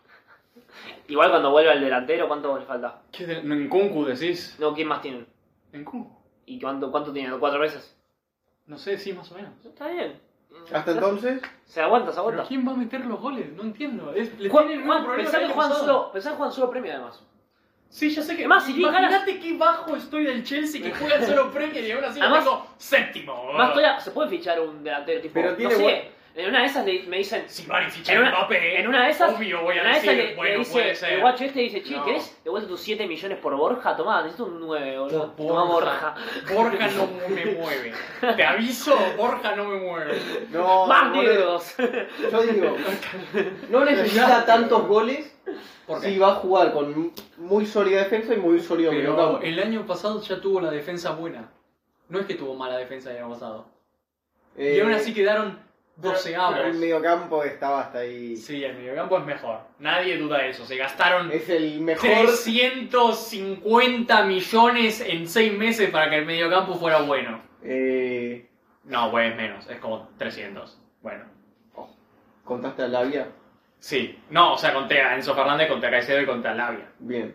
Igual cuando vuelve al delantero, ¿cuánto le falta? ¿Qué de... ¿En Kunku decís? No, ¿quién más tienen? ¿En Kunku? ¿Y cuánto, cuánto tienen? ¿Cuatro veces? No sé, sí, más o menos. Está bien. Hasta entonces, Se aguanta, se ¿Pero aguanta. quién va a meter los goles? No entiendo. Es, le Juan, tienen el Juan, mismo problema pensá el que año Juan pasado. solo, pensá que Juan solo premio además. Sí, ya sé que... Además, si tiene Imagínate qué bajo estoy del Chelsea que juega el solo Premier y aún así lo Además- tengo séptimo. Más todavía, se puede fichar un delantero tipo. Pero no tiene sé, buen- en una de esas le- me dicen. Si van a fichar En a una, Mbappé, en una de esas, obvio voy en a una de decir, esas le, bueno, le dice, puede ser. el guacho este dice, che, No. ¿querés de vuelta tus siete millones por Borja? Tomá, necesito un nueve, boludo. Por Tomá Borja. Borja no me mueve. Te aviso, Borja no me mueve. no. ¡Más boludo. negros! Yo digo, no necesita tantos goles ¿Por qué? si va a jugar con muy sólida defensa y muy sólido Pero mediocampo. el año pasado ya tuvo la defensa buena. No es que tuvo mala defensa el año pasado. Eh, Y aún así quedaron pero- doceavos. pero el mediocampo estaba hasta ahí. Sí, el mediocampo es mejor. Nadie duda de eso. Se gastaron Es el mejor. trescientos cincuenta millones en seis meses para que el mediocampo fuera bueno. Eh, No, pues es menos. Es como trescientos. Bueno. ¿Contaste a Labia? Sí. No, o sea, conté a Enzo Fernández, conté a Caicedo y conté a Labia. Bien.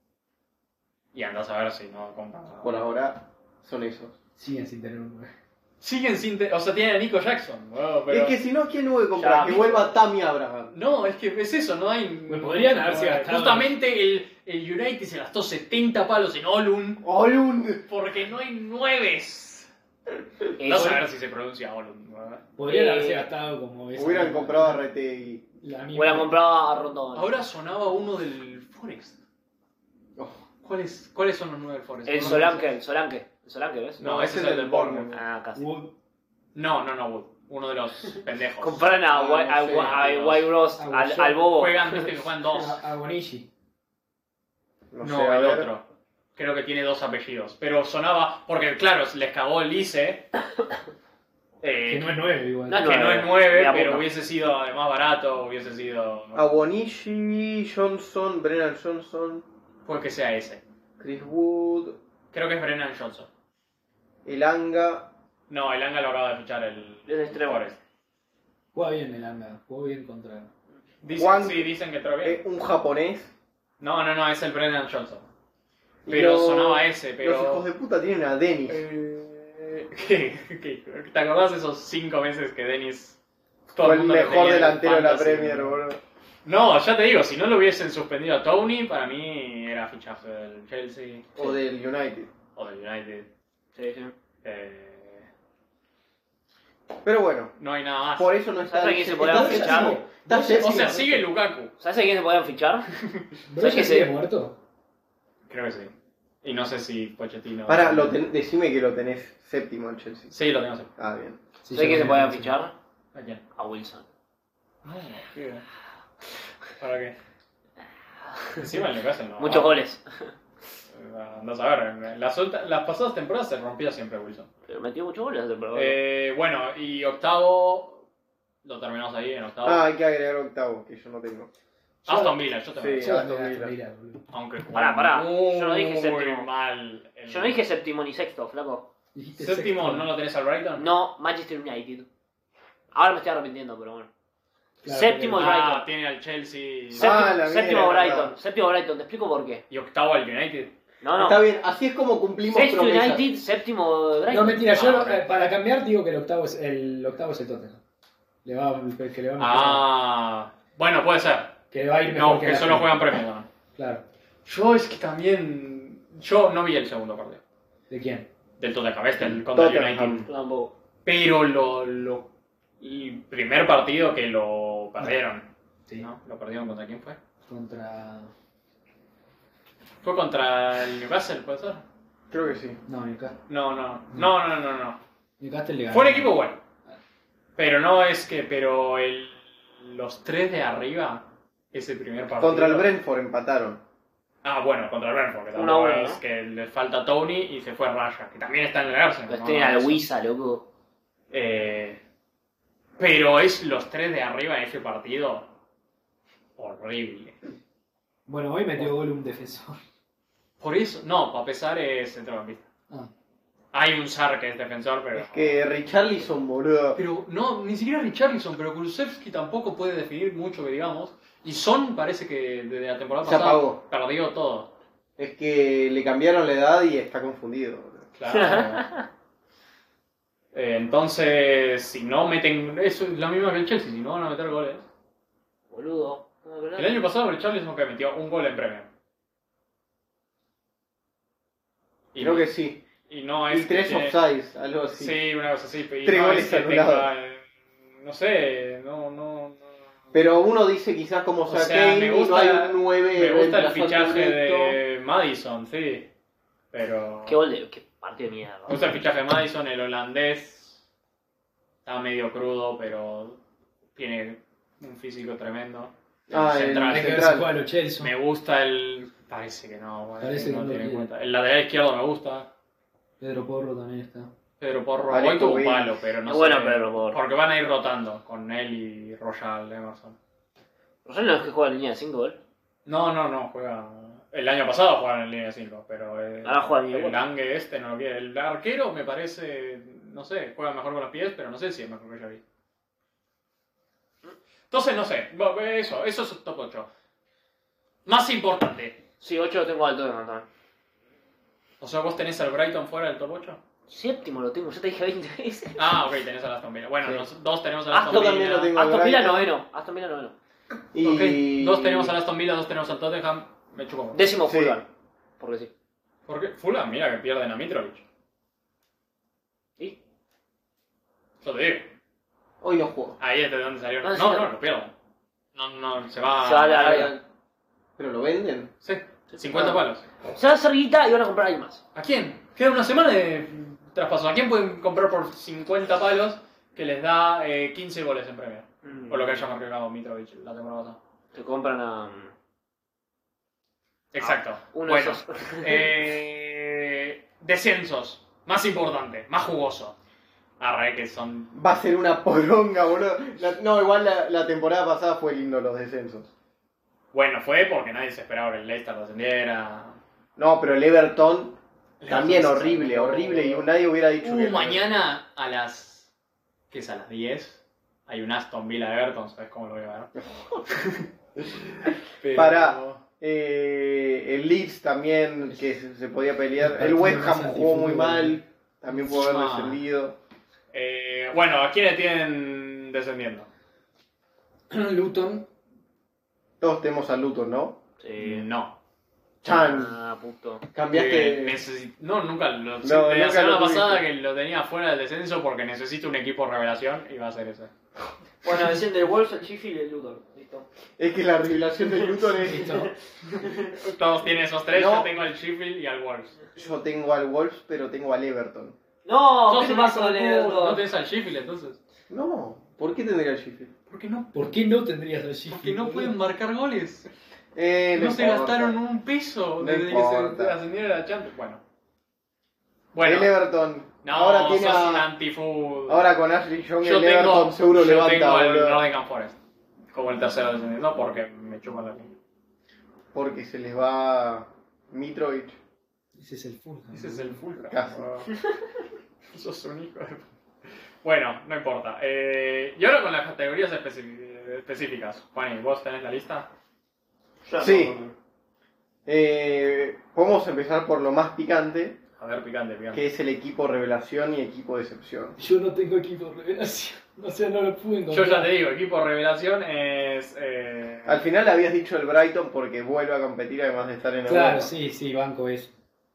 Y andás a ver si no compran. Por ahora son esos. Siguen sin tener un nueve. Siguen sin... te- O sea, tienen a Nico Jackson. Bueno, pero... Es que si no, ¿quién no puede comprar? Ya, que vi- vuelva Tammy Abraham. No, es que es eso, no hay... Bueno, podrían haberse gastado- Justamente el, el United se gastó setenta palos en Olun ¡Olund! porque no hay nueves. Eh, No sé a ver si se pronuncia Olun. ¿no? Podrían Eh, haberse gastado como esa- Hubieran comprado a Retegui. La misma. Hubieran comprado a Rondón. Ahora sonaba uno del Forest. Oh, ¿Cuáles, ¿Cuáles son los nueve del Forest? El No, Solanke, el Solanke. El Solanke, ¿ves? No, ese es el del Bournemouth. Ah, casi. Wood, No, no, no, Wood. Uno de los pendejos. Comparan a, Ah, White- no a, sé, a, tíos. White Ross, A al, Wilson. al bobo. Juegan, viste que juegan dos. a, a Bonici. no, No, sé, a el ver. otro. Creo que tiene dos apellidos. Pero sonaba, porque claro, les cagó el Lice. Eh, Que no es nueve igual. No, que no es nueve, Ni a pero puta. hubiese sido además barato, hubiese sido... Awonishi, Johnson, Brennan Johnson, Pues que sea ese. Chris Wood, Creo que es Brennan Johnson. Elanga. No, el Anga lo acaba de fichar el... Es extremo. Forest. Juega bien el Anga. Jugó bien contra. Dicen, Juan- sí, dicen que entró bien. eh, un japonés. No, no, no, es el Brennan Johnson. Y Pero los- sonaba ese, pero... Los hijos de puta tienen a Dennis. Eh, ¿qué? ¿Qué? ¿Te acordás de esos cinco meses que Dennis todo Fue el mundo lo mejor tenía en delantero de la fantasy. Premier, boludo. No, ya te digo, si no lo hubiesen suspendido a Tony, para mí era fichaje del Chelsea O del United. o del United. Sí, sí. Eh, Pero bueno, no hay nada más. por eso no está. ¿Sabes a quién se está podía séptimo. fichar? Está O séptimo. sea, sigue Lukaku. ¿Sabes a quién se podían fichar? ¿Broja ¿Sabes que sigue se- muerto? Creo que sí. Y no sé si Pochettino. Pará, lo ten- decime que lo tenés séptimo en Chelsea. Sí, lo tengo. Ah, bien. Sí, ¿Sabes yo quién se también podían pensé. fichar? ¿A quién? A Wilson. No, ¿qué? ¿Para qué? Encima el Newcastle no. Muchos goles. Andás a ver, en las, ulti- las pasadas temporadas se rompía siempre Wilson. Pero metió muchos goles ese programa. Eh, bueno, y octavo, lo terminamos ahí en octavo. Ah, hay que agregar octavo, que yo no tengo. Aston Villa, yo también. Sí. Yo Aston también Villa. Aston Villa, boludo. Aunque jugó Pará, pará, muy yo no dije séptimo. mal. el- Yo no dije séptimo ni sexto, flaco. Dijiste Séptimo, sexto. ¿no lo tenés al Brighton? No, Manchester United. Ahora me estoy arrepintiendo, pero bueno. Claro, Séptimo porque- el Ah, Brighton. tiene al Chelsea. Séptimo, Ah, la séptimo mierda, Brighton. verdad. Séptimo Brighton, te explico por qué. Y octavo al United. No, no. Está bien, así es como cumplimos Sexto promesas. United, séptimo Brighton. No, mentira, yo Ah, ok. eh, para cambiar digo que el octavo es el, octavo es el Tottenham. Le va, que le va mejor. Ah, bueno, puede ser. Que le va a ir mejor No, que la solo Premier. juegan Premier. ¿no? Claro. Yo es que también. Yo no vi el segundo partido ¿De quién? del Tottenham, este, el contra el Tottenham. United. Yo tampoco. Pero lo, lo. El primer partido que lo perdieron. Sí. ¿No? ¿Lo perdieron contra quién fue? Contra. ¿Fue contra el Newcastle, puede ser? Creo que sí. No, Newcastle. No, no. No, no, no, no. Newcastle le ganó. Fue un equipo bueno. Pero no es que. Pero el, los tres de arriba, ese primer partido. Contra el Brentford empataron. Ah, bueno, contra el Brentford, que Uno tampoco a uno, es ¿no? que le falta Tony y se fue Raya, que también está en el Arsenal. Los ¿no? tienen al Eso. Wisa, loco. Eh, pero es los tres de arriba en ese partido horrible. Bueno, hoy metió gol un defensor. Por eso, no, a pesar es centrocampista. Ah. Hay un Sar que es defensor, pero. Es que Richarlison, boludo. Pero no, ni siquiera Richarlison, pero Kulusevski tampoco puede definir mucho que digamos. Y Son parece que desde la temporada Se pasada apagó. perdió todo. Es que le cambiaron la edad y está confundido, boludo. Claro. Eh, entonces, si no meten. Eso es lo mismo que el Chelsea, si no van a meter goles. Boludo. No, pero El año pasado Richarlison que metió un gol en Premier. Y, Creo que sí. y no es. Y tres que tiene- offsides, algo así. Sí, una cosa así. Y Tres no goles es que anulados. tenga, eh, no sé, no, no, no. Pero uno dice quizás como O sea sea, Kane me y no gusta, hay un nueve me gusta el reemplazante fichaje directo. de Madison, sí. Pero. Qué gol de. Qué partido de mierda. Me gusta el fichaje de Madison, el holandés. Está medio crudo, pero tiene un físico tremendo. Ah, el Central. Hay que ver si central. juega los Chelsea. Me gusta el. Parece que no, bueno, Parece no que no tiene en quiere. cuenta. El lateral izquierdo me gusta. Pedro Porro también está. Pedro Porro. Alejo Hoy tuvo un Wills. palo, pero no Es sé. bueno Pedro Porro. Porque van a ir rotando con él y Royal Emerson. Rosario no es que juega en línea de cinco, gol. No, no, no, juega. El año pasado jugaron en línea de cinco, pero el, Ahora juega en línea de el cuatro. Lange este no lo quiere. El arquero me parece, no sé, juega mejor con los pies, pero no sé si es mejor que Xavi. Entonces, no sé, bo- eso, eso es top ocho. Más importante, Sí, ocho lo tengo alto de también. o sea, vos tenés al Brighton fuera del top ocho. Séptimo lo tengo, ya te dije veinte veces. Ah, ok, tenés al Aston Villa. Bueno, Sí. nos- dos tenemos al Ah, Aston yo Villa. también lo tengo. Aston Villa Brighton. noveno. Aston Villa noveno. Y... Ok, dos tenemos al Aston Villa, dos tenemos al Tottenham. Me chupo. Décimo Sí. Fulham. Porque sí. ¿Por qué? Fulham, mira que pierden a Mitrovic. ¿Y? Yo te digo. Hoy no juego. Ahí es de donde salió. Ah, No, sí. no, lo pierden. No, no, se va. Se va a la a- Arabia. ¿Pero lo venden? Sí, cincuenta Ah. palos. Se va a hacer guita y van a comprar ahí más. ¿A quién? Queda una semana de traspaso. ¿A quién pueden comprar por cincuenta palos que les da eh, quince goles en Premier? O lo que haya marcado Mitrovic la temporada pasada. Te compran a. Exacto. Uno bueno, de esos. eh, descensos. Más importante, más jugoso. Arre, que son. Va a ser una poronga, boludo. La- no, igual la, la temporada pasada fue lindo los descensos. Bueno, fue porque nadie se esperaba que el Leicester descendiera. No, pero el Everton también Everton se horrible, sacó. horrible. Y nadie hubiera dicho Uh, que... mañana a las. ¿Qué es? A las diez. Hay un Aston Villa Everton, ¿sabes cómo lo voy a ver? Pero- Pará. Eh, el Leeds también, que se, se podía pelear. El partido West más Ham jugó muy antifungo. mal. También pudo haber Ah. descendido. Eh, bueno, ¿a quiénes tienen descendiendo? Luton. Todos tenemos a Luton, ¿no? Sí. No. Chan. Ah, puto. Cambiaste. Eh, necesi- No, nunca lo. No, de la nunca semana lo tuviste. pasada que lo tenía fuera del descenso porque necesito un equipo revelación y va a ser ese. Bueno, desciende el Wolves, el Sheffield y el Luton. Listo. Es que la revelación de Luton es. Listo. Todos tienen esos tres, No. yo tengo al Sheffield y al Wolves. Yo tengo al Wolves, pero tengo al Everton. No, Sos ¿qué te un pasa, hijo de puta. Leandro? ¿No tenés al Sheffield entonces? No, ¿por qué tendría el Sheffield? ¿Por qué no? ¿Por qué no tendrías a Sheffield? Porque no pueden marcar goles. Eh, No se importa. gastaron un peso No desde que importa. se ascendieron a la Champions. Bueno. El Bueno. Everton. No, ahora tiene sos a- un anti-food. Ahora con Ashley Young yo el tengo, Everton seguro yo levanta, tengo al boludo. Nottingham Forest como el tercero descendiendo porque me chupa la línea. Porque se les va Mitrovic. Ese es el Fulham. Ese es el Fulham. Casi. Sos un hijo de puta. Bueno, no importa. Eh, y ahora con las categorías especi- específicas. Juani, ¿vos tenés la lista? Sí. Eh, podemos empezar por lo más picante, A ver, picante, picante. que es el equipo revelación y equipo decepción. Yo no tengo equipo de revelación. O sea, no lo pude Yo encontrar. ya te digo, equipo revelación es... Eh, Al final habías dicho el Brighton porque vuelve a competir además de estar en Claro, Europa. sí, sí, banco eso.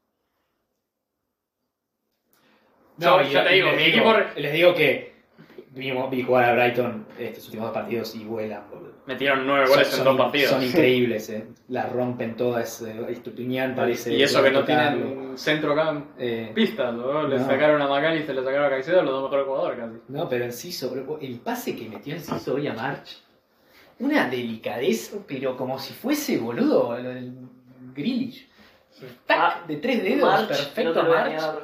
Yo y- ya te y digo, les mi equipo re- Les digo que vi, vi jugar a Brighton estos últimos dos partidos y vuelan, boludo. metieron nueve goles Son- en son- dos partidos. Son increíbles, eh. La rompen todas. Eh, Estupiñán parece. Y eso que no tocarlo. tienen centrocampista, Eh, ¿no? Le No. sacaron a Magali y se le sacaron a Caicedo, los dos mejores jugadores casi. no, pero Enciso, bro, el pase que metió Enciso hoy a March. Una delicadeza, pero como si fuese, boludo, el, el Grealish. Tac, Ah, de tres dedos, March, perfecto no te lo voy a March. negar.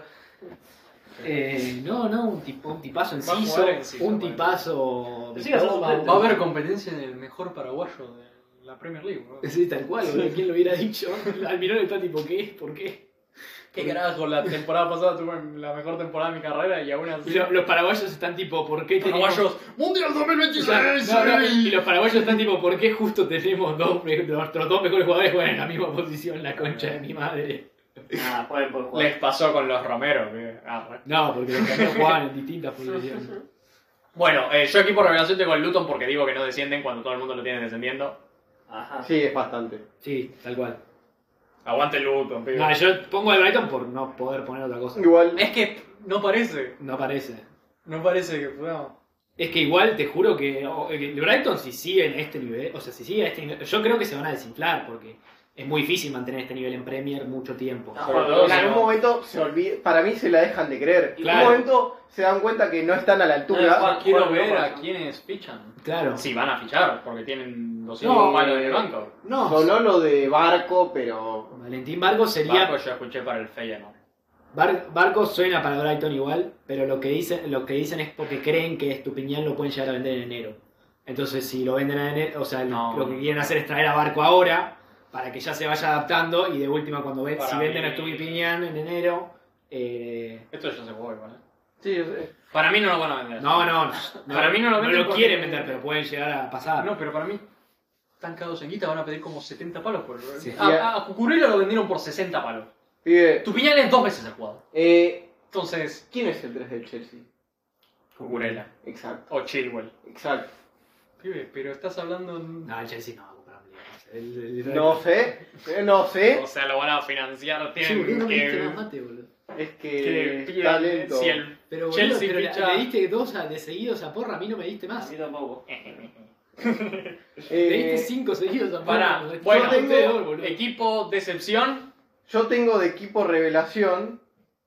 Eh, no, no, un, tipo, un tipazo Va a Enciso, jugar Enciso, un bueno. tipazo. Pensé que iba a ser Pogba, suplente. Va a haber competencia en el mejor paraguayo de la Premier League, bro. Sí, tal cual, boludo, ¿quién lo hubiera dicho? Almirón está tipo, ¿qué? ¿Por qué? ¿Qué carajo? La temporada pasada tuve la mejor temporada de mi carrera y aún Y así... lo- los paraguayos están tipo, ¿por qué tenemos... Paraguayos, Mundial dos mil veintiséis. Claro, no, no, y los paraguayos están tipo, ¿por qué justo tenemos dos, nuestros dos mejores jugadores juegan en la misma posición, la concha de mi madre? Ah, pueden, pueden jugar. Les pasó con los Romero. que- ah, bueno. No, porque los campeones jugaban en distintas posiciones. Bueno, eh, yo equipo revelación tengo el Luton porque digo que no descienden cuando todo el mundo lo tiene descendiendo. Ajá. Sí, es bastante. Sí, tal cual. Aguante el Luton, pibe. No, yo pongo al Brighton por no poder poner otra cosa. Igual, Es que no parece. No parece. No parece que podamos. Es que igual te juro que o- que el Brighton si sigue en este nivel, o sea, si sigue a este nivel, yo creo que se van a desinflar porque es muy difícil mantener este nivel en Premier mucho tiempo. Ah, Sobre bueno, todo en si algún no- momento se olvida, para mí se la dejan de creer. En Claro. un momento se dan cuenta que no están a la No, altura. Juan- Quiero Juan ver López. a quiénes fichan. Claro. Si van a fichar, porque tienen doscientos No, palos en eh, el banco. No, Sonó lo de Barco, pero Valentín Barco sería Barco yo escuché para el Feyenoord. Bar- Barco suena para Brighton igual, pero lo que dicen lo que dicen es porque creen que Estupiñán lo pueden llegar a vender en enero. Entonces, si lo venden en enero, o sea, No. lo que quieren hacer es traer a Barco ahora para que ya se vaya adaptando y de última cuando ve, Para si venden a mí- Estupiñán en enero, eh, Esto ya se fue igual. ¿eh? sí, yo sé. Para mí no lo van a vender. no, no, no, Para mí no lo venden porque- quieren vender, pero pueden llegar a pasar. No, pero para mí, tan cagados en guita, van a pedir como setenta palos por Sí. A, a Cucurella lo vendieron por sesenta palos. Pibe, Tupiñán es dos veces el jugador. eh, Entonces, ¿quién es el tres del Chelsea? Cucurella. Exacto, O Chilwell. exacto. Pibe, pero estás hablando... en- No, el Chelsea no va a comprar el- el- el- No sé, eh, no sé. O sea, lo van a financiar, Sí, tienen boludo, no me diste que... más mate, boludo. Es que que pidan- talento. Si el... Pero, boludo, Chelsea pero le- ficha- le diste dos a- de seguidos a Porra, a mí no me diste A más. mí tampoco. Le Eh, diste cinco seguidos a Porra. Pará, los bueno, ustedes tengo- dos, boludo. Equipo decepción. yo tengo de equipo revelación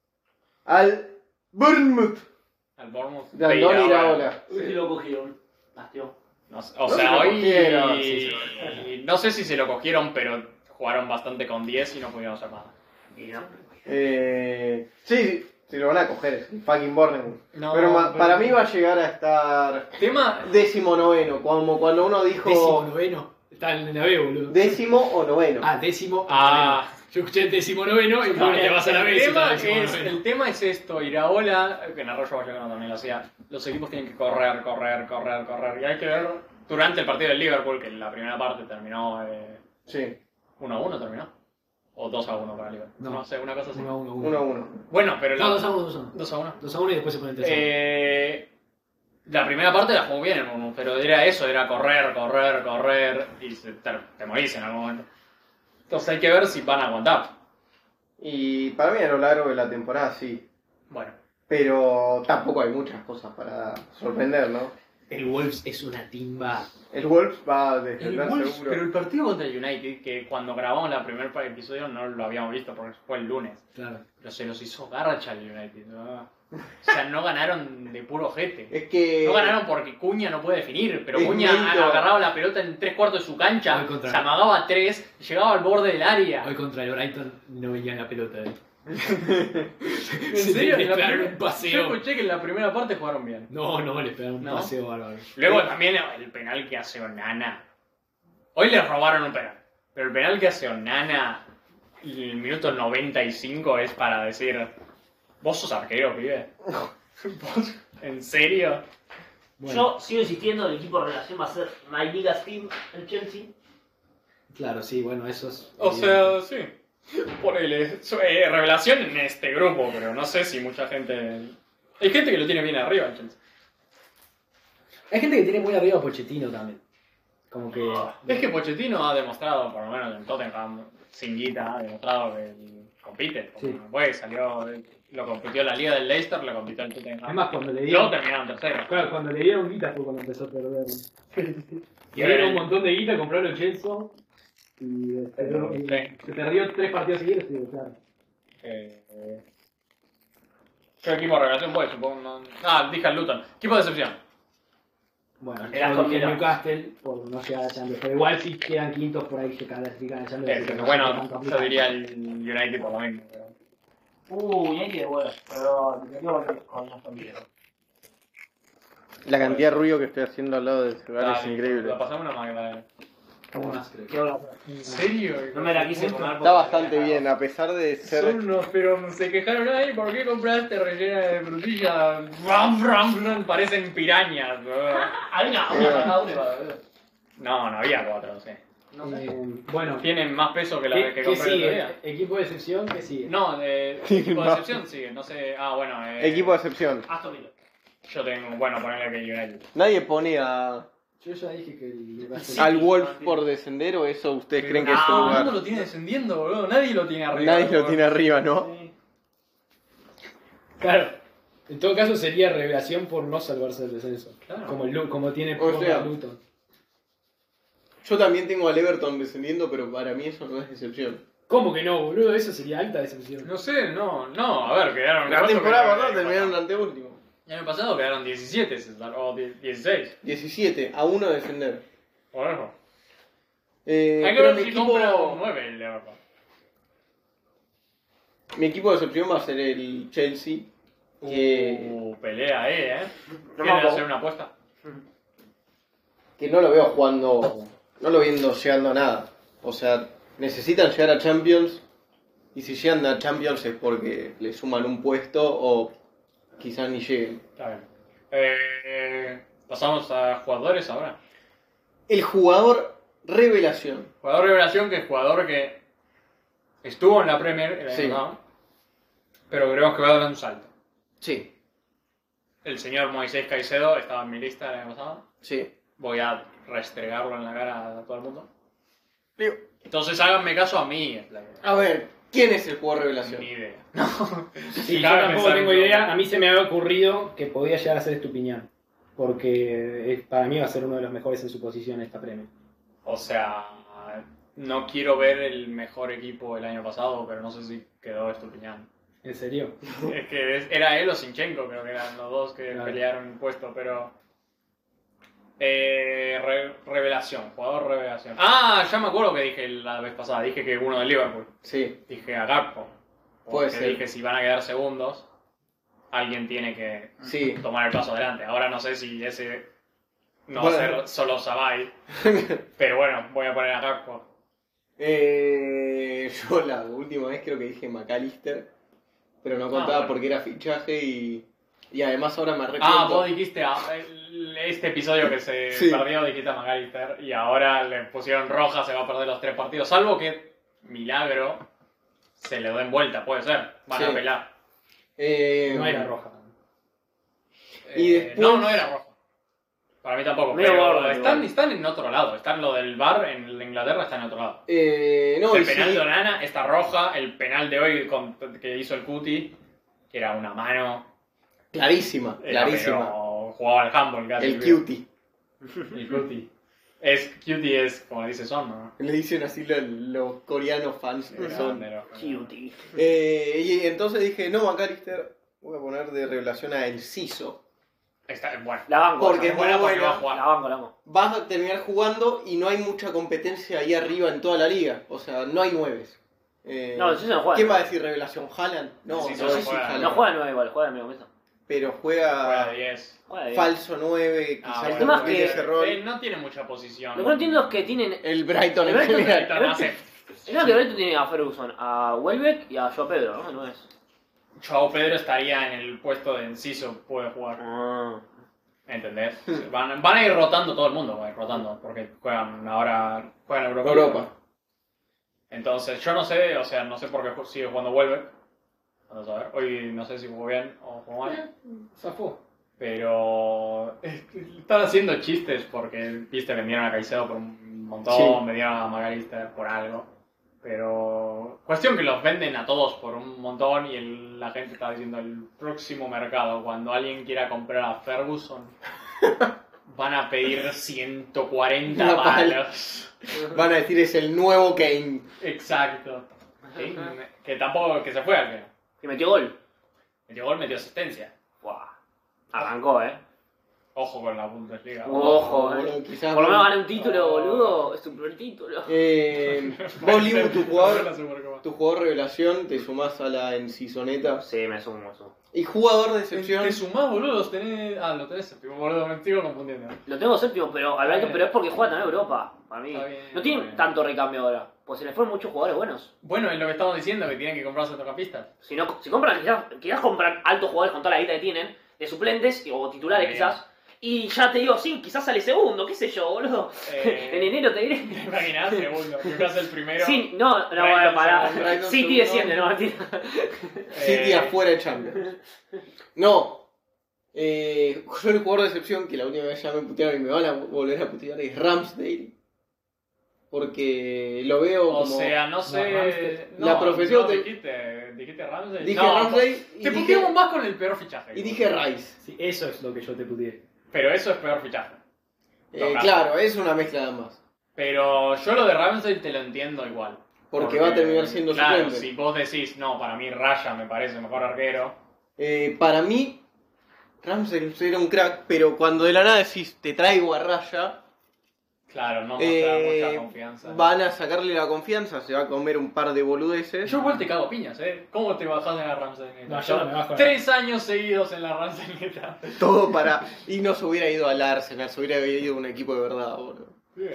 al Bournemouth Al Bournemouth. de Andoni Iraola. Uy, sí lo cogieron. Bastión. No sé, o No sea, se lo hoy... cogieron, sí, No sé si se lo cogieron, pero jugaron bastante con diez y no pudieron hacer nada. Mira. Eh, sí, se lo van a coger, es el fucking Bournemouth. No, pero, ma- pero- para mí va a llegar a estar Tema... décimo noveno, como cuando uno dijo Décimo noveno. Está en la B, boludo. décimo o noveno. Ah, décimo Ah. noveno. Yo escuché el décimo noveno y bueno, te vas a la B. el, si tema está décimo es, noveno. el tema es esto, Iraola, que en Arroyo Vallecano también lo hacía, los equipos tienen que correr, correr, correr, correr, y hay que ver, durante el partido del Liverpool, que en la primera parte terminó eh, Sí, uno a uno, terminó, o dos a uno para el Liverpool, no, No. sé, una cosa así. uno a uno. uno a uno. Bueno, pero la- No, dos a uno, dos a uno. dos a uno. dos a uno y después se pone el tres a uno. Eh, La primera parte la jugó bien el Bournemouth, pero era eso, era correr, correr, correr, y se, te, te morís en algún momento. Entonces hay que ver si van a aguantar. Y para mí a lo largo de la temporada sí. Bueno. Pero tampoco hay muchas cosas para sorprender, ¿no? El Wolves es una timba. El Wolves va a El defender Wolves, seguro. pero el partido contra el United, que cuando grabamos el primer episodio no lo habíamos visto porque fue el lunes. Claro. Pero se los hizo garcha el United. ¿No? O sea, no ganaron de puro ojete. Es que... No ganaron porque Cuña no puede definir, pero Es Cuña lento. agarraba la pelota en tres cuartos de su cancha, Hoy contra- se amagaba a tres, llegaba al borde del área. Hoy contra el Brighton no veían la pelota. ¿Eh? ¿En serio? Le En la pegaron primer- un paseo. Yo escuché que en la primera parte jugaron bien. No, no, le pegaron un ¿No? paseo bárbaro. Luego también el penal que hace Onana. Hoy les robaron un penal, pero el penal que hace Onana el minuto noventa y cinco es para decir: ¿vos sos arquero, pibe? ¿Vos? ¿En serio? Bueno, Yo sigo insistiendo, el equipo de relación va a ser My Ligas Team, el Chelsea. claro, sí, bueno, eso es. O sea, sí. Ponele. so- eh, revelación en este grupo, pero no sé si mucha gente. Hay gente que lo tiene bien arriba, el Chelsea. Hay gente que tiene muy arriba a Pochettino también. Como que. Es que Pochettino ha demostrado, por lo menos en Tottenham, sin guita, ha demostrado que compite. Sí. Pues salió, lo compitió en la Liga del Leicester, lo compitió en Tottenham. Es más, cuando le Luego dieron. terminaron tercero. Claro, cuando le dieron guita fue cuando empezó a perder. Y Le dieron un montón de guita, compraron el Chelsea. Y eh, perdió- Sí. eh, se perdió tres partidos seguidos, sí, claro. Eh, eh. ¿Qué equipo de revelación fue? Supongo. No... Ah, dije al Luton. Equipo de excepción. Bueno, Era yo dije Aston Villa. Newcastle por no llegar a Champions. Pero igual si quedan quintos por ahí se clasifican a Champions. Eh, así que no bueno, es tan yo complicado. diría el United por lo mismo. Pero... Uh, y hay que bueno, pero me quedo con- con Aston Villa. La cantidad de ruido que estoy haciendo al lado del celular es Dale, increíble. La pasamos una Magdalena. ¿Cómo más creo? ¿Qué habla? ¿En serio? No me la quise comer. Está bastante bien, a pesar de ser... Son unos, pero se quejaron, ay, ¿por qué compraste rellena de frutilla? Ram, ram, ram, parecen pirañas. bro. Hay una, una para cada uno y va, boludo. No, no había cuatro, no sé. No sé. Eh, bueno, Tienen más peso que la ¿qué, que qué compré el otro sigue? día. ¿Equipo de excepción? ¿Qué sigue? No, de Sí, equipo de no. excepción sigue, no sé. Ah, bueno. Eh, Equipo de excepción. Aston Villa. Yo tengo, bueno, ponerle que United. Nadie pone a... Yo ya dije que el Sí. al Wolf por descender o eso ustedes creen que es su No, lugar. no lo tiene descendiendo, boludo. Nadie lo tiene arriba. Nadie lo boludo. tiene arriba, ¿no? Sí. Claro. En todo caso sería revelación por no salvarse del descenso. Claro. Como, el, Lu- como tiene O Pogba sea, Luton. Yo también tengo al Everton descendiendo, pero para mí eso no es excepción. ¿Cómo que no, boludo? Eso sería alta decepción. No sé, no, no, a ver, quedaron. La ¿cuánto temporada quedaron? pasada terminaron anteúltimo. El año pasado quedaron diecisiete, César, o dieciséis. diecisiete, a uno de defender. Por eso. Eh, Hay que pero ver mi si compra un equipo, nueve el Everton. mi equipo de excepción va a ser el Chelsea. Que, Uh, pelea, eh, eh. No, ¿Quieren no. hacer una apuesta? que no lo veo jugando, no lo viendo llegando a nada. O sea, necesitan llegar a Champions. Y si llegan a Champions es porque le suman un puesto o quizás ni lleguen. Está bien. Eh, pasamos a jugadores ahora. El jugador revelación. Jugador revelación, que es jugador que estuvo en la Premier el año Sí. pasado, pero creemos que va a dar un salto. Sí, El señor Moisés Caicedo estaba en mi lista el año pasado. sí. Voy a restregarlo en la cara a todo el mundo. Digo, Entonces háganme caso a mí. es la- a ver, ¿quién es el jugador revelación? Ni idea. Sí, yo Cabe tampoco pensar tengo en- idea. A mí se me había ocurrido que podía llegar a ser Estupiñán. Porque eh, para mí va a ser uno de los mejores en su posición en esta premio. O sea, no quiero ver el mejor equipo el año pasado, pero no sé si quedó Estupiñán. ¿En serio? Es que es- era él o Sinchenko, creo que eran los dos que Claro. pelearon el puesto, pero... Eh, re- revelación, jugador revelación. Ah, ya me acuerdo que dije la vez pasada, dije que uno de Liverpool. Sí, Dije a Gakpo. Puede Porque ser. dije si van a quedar segundos, alguien tiene que sí. tomar el paso adelante. Ahora no sé si ese no Bueno. va a ser solo Sabay, pero bueno, voy a poner a Gakpo. Eh, yo la última vez creo que dije McAllister, pero no contaba Ah, bueno. porque era fichaje y, y además ahora me arrepiento. Ah, vos dijiste a, el- este episodio que se Sí. perdió, dijiste a McAllister, y ahora le pusieron roja, se va a perder los tres partidos, salvo que, milagro, se le den vuelta, puede ser, van Sí. a pelar. Eh, No era roja. Y Eh, después- No, no era roja. Para mí tampoco, Medio pero borde, están, igual. están en otro lado. Están lo del bar en Inglaterra, está en otro lado. Eh, no, el y penal sí, de Onana está roja, el penal de hoy con- que hizo el Cuti, que era una mano. clarísima, Era, clarísima. pero jugaba al handball casi. El cutie. El Cuti. Es, Cutie es como dice Son, ¿no? Le dicen así los, los coreanos fans que Era son. bandero. Cutie. Eh, y entonces dije, no, McAllister, voy a poner de revelación a El Ciso. Está, bueno, La banco. Porque esa. es buena porque buena. va a jugar. La banco, la banco. Vas a terminar jugando y no hay mucha competencia ahí arriba en toda la liga. O sea, no hay nueves. Eh, No, el Ciso no juega. ¿Quién va a decir revelación? ¿Haaland? No, El Ciso no no sé si juega. Haaland. No juega nueve igual, juega de medio momento. Pero Juega juega, de diez. Juega de falso nueve, Ah, quizás bueno, El tema es cumple que- ese rol. Él no tiene mucha posición. Lo que no entiendo es que tienen. El Brighton El en Brighton- general. Brighton hace- El tema es que Brighton tiene a Ferguson, a Welbeck y a Joao Pedro, ¿no? No es. Joao Pedro estaría en el puesto de Enciso, puede jugar. Ah. ¿Entendés? Van, van a ir rotando todo el mundo, van a ir rotando, porque juegan ahora, juegan Europa. Europa. Entonces, yo no sé, o sea, no sé por qué ju- sigue jugando Welbeck. Vamos a ver, hoy no sé si jugó bien o jugó mal. Zafó. Pero eh, están haciendo chistes porque, viste, vendieron a Caicedo por un montón, Sí. vendieron a McAllister por algo. Pero cuestión que los venden a todos por un montón y el- la gente está diciendo el próximo mercado, cuando alguien quiera comprar a Ferguson, van a pedir ciento cuarenta Una pala. palos. Van a decir es el nuevo Kane. Exacto. Sí, que tampoco, que se fue al final. Que metió gol. Metió gol, metió asistencia. Buah. Arrancó, eh. Ojo con la Bundesliga. Ojo, eh. Boludo, quizás Por lo menos vos- gana un título, boludo. Es tu primer título. Eh, vos, Libu, tu jugador, La Supercopa. tu jugador revelación, te sumás a la encisoneta. Sí, me sumo, me sumo. Y jugador de excepción. Te sumás, boludo, los tenés... Ah, lo tenés séptimo, boludo, me sigo confundiendo. Lo tengo séptimo, pero al Brighton, bien. pero es porque juega también Europa. Para mí. Está bien, No tiene está bien. tanto recambio ahora. Pues se le fueron muchos jugadores buenos. Bueno, es lo que estamos diciendo, que tienen que comprar centrocampistas. Si, no, si compran, quizás, quizás compran altos jugadores con toda la guita que tienen, de suplentes o titulares Bien. quizás. Y ya te digo, sí, quizás sale segundo, qué sé yo, boludo. Eh, En enero te diré. ¿Te imaginás? Segundo. Newcastle primero. Sí, no, no, Brighton bueno, para. segundo, Brighton City segundo. desciende, no, mentira. City Eh, afuera de Champions. No. Eh, yo el jugador de excepción, que la última vez ya me putearon y me van a volver a putear, es Ramsdale. Porque lo veo O como... sea, no sé... Ramsdale. No, La profesión no, de- dijiste, dijiste Ramsey. Dije no, Ramsdale y Te dije- puteamos más con el peor fichaje. Y dije Rice. Sí, eso es lo que yo te puteé. Pero eso es peor fichaje. Eh, No, claro, es una mezcla de ambas. Pero yo lo de Ramsey te lo entiendo igual. Porque, va a terminar siendo claro, suplente. si vos decís, no, para mí Raya me parece mejor arquero. Eh, para mí, Ramsdale era un crack, pero cuando de la nada decís te traigo a Raya, Claro, no nos da eh, mucha confianza. van a sacarle la confianza, se va a comer un par de boludeces. Yo igual te cago a piñas, ¿eh? ¿Cómo te bajás en la Ramsey? No, yo no me bajo en- Tres años seguidos en la Ramsey. Todo para. Y no se hubiera ido al Arsenal, se hubiera ido a un equipo de verdad, boludo.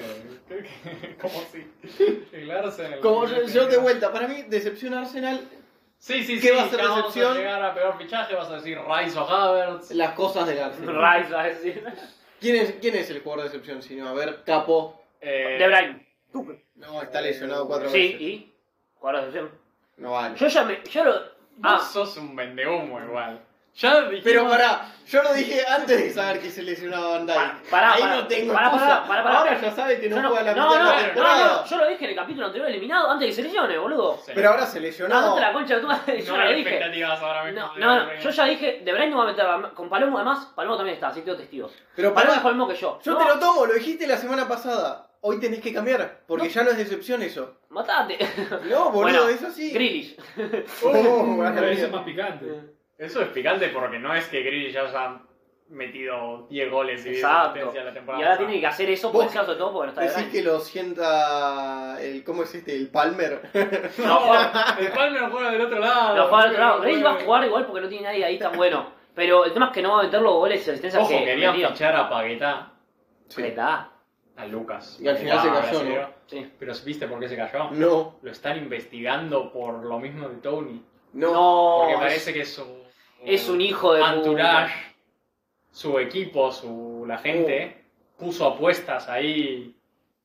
¿Cómo así? El Arsenal. Como yo, yo de vuelta, para mí, decepción Arsenal, Sí, sí, ¿Qué sí. va a ser ya vamos decepción? llegar a peor fichaje, vas a decir Rice o Havertz. las cosas del Arsenal. Rice, va a decir. ¿Quién es, ¿Quién es el jugador de decepción? Si no, a ver, Capo. Eh, De Bruyne. No, está lesionado cuatro Sí, veces. y. Jugador de excepción. No vale. Yo ya me. Yo lo. Vos Ah, sos un vendehumo igual. Ya dijimos... Pero pará, yo lo dije andes de saber que se lesionaba Van Dijk. Pará, pará, Ahí pará, no tengo pará, excusa. pará, pará, pará. Ahora ya sabe que no, yo no, juega la no, mitad no, de la no, temporada. no, yo lo dije en el capítulo anterior eliminado antes de que se lesione, boludo. Sí. Pero ahora se lesionó. No, no te la concha de tu madre, yo No lo hay dije. expectativas ahora mismo. No, no, no, yo ya dije, De Bruyne no va a meter a- con Palomo, además, Palomo también está, así tengo testigos. Pero Palomo pará, dijo lo mismo que yo. yo No, te lo tomo, lo dijiste la semana pasada. Hoy tenés que cambiar, porque No. ya no es decepción eso. Matate. No, boludo, Bueno, es así. Grealish. Oh, vaya Pero eso mierda. es más picante. Eso es picante porque no es que Grealish ya haya metido diez goles y diez Exacto. asistencias la Y temporada. ahora tiene que hacer eso por Vos sobre todo porque no está De Decís Bruyne. que lo sienta el, ¿cómo es este? El Palmer. No, juega- El Palmer juega del otro lado. no juega al otro lado. No Grealish va a juega. jugar igual porque no tiene nadie ahí tan bueno. Pero el tema es que no va a meter los goles y asistencias Ojo, que querían metió. fichar a Paquetá, Sí. Está. a Lucas. Y al final se Paquetá, cayó, brasileño. ¿no? Sí. Pero ¿viste por qué se cayó? No, Lo están investigando por lo mismo de Tony. no. No, Porque es- parece que es su... es un hijo de entourage, su equipo, su la gente, puso apuestas ahí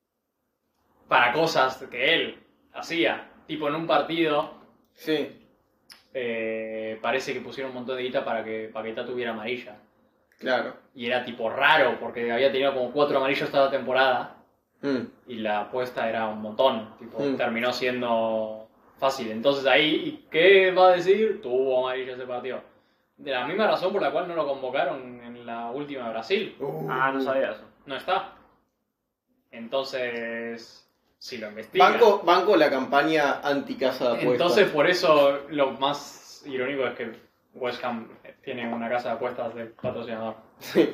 para cosas que él hacía. Tipo en un partido, Sí. eh, parece que pusieron un montón de guita para que Paquetá tuviera amarilla. Claro. Y era tipo raro, porque había tenido como cuatro amarillos toda la temporada. Mm. Y la apuesta era un montón. Tipo, Mm. terminó siendo fácil. Entonces ahí, ¿qué va a decir? Tuvo amarillo ese partido. De la misma razón por la cual no lo convocaron en la última de Brasil. Uh. Ah, no sabía eso. No está. Entonces, si lo investigan. Banco, banco la campaña anti-casa de apuestas. Entonces, por eso lo más irónico es que West Ham tiene una casa de apuestas de patrocinador. Sí.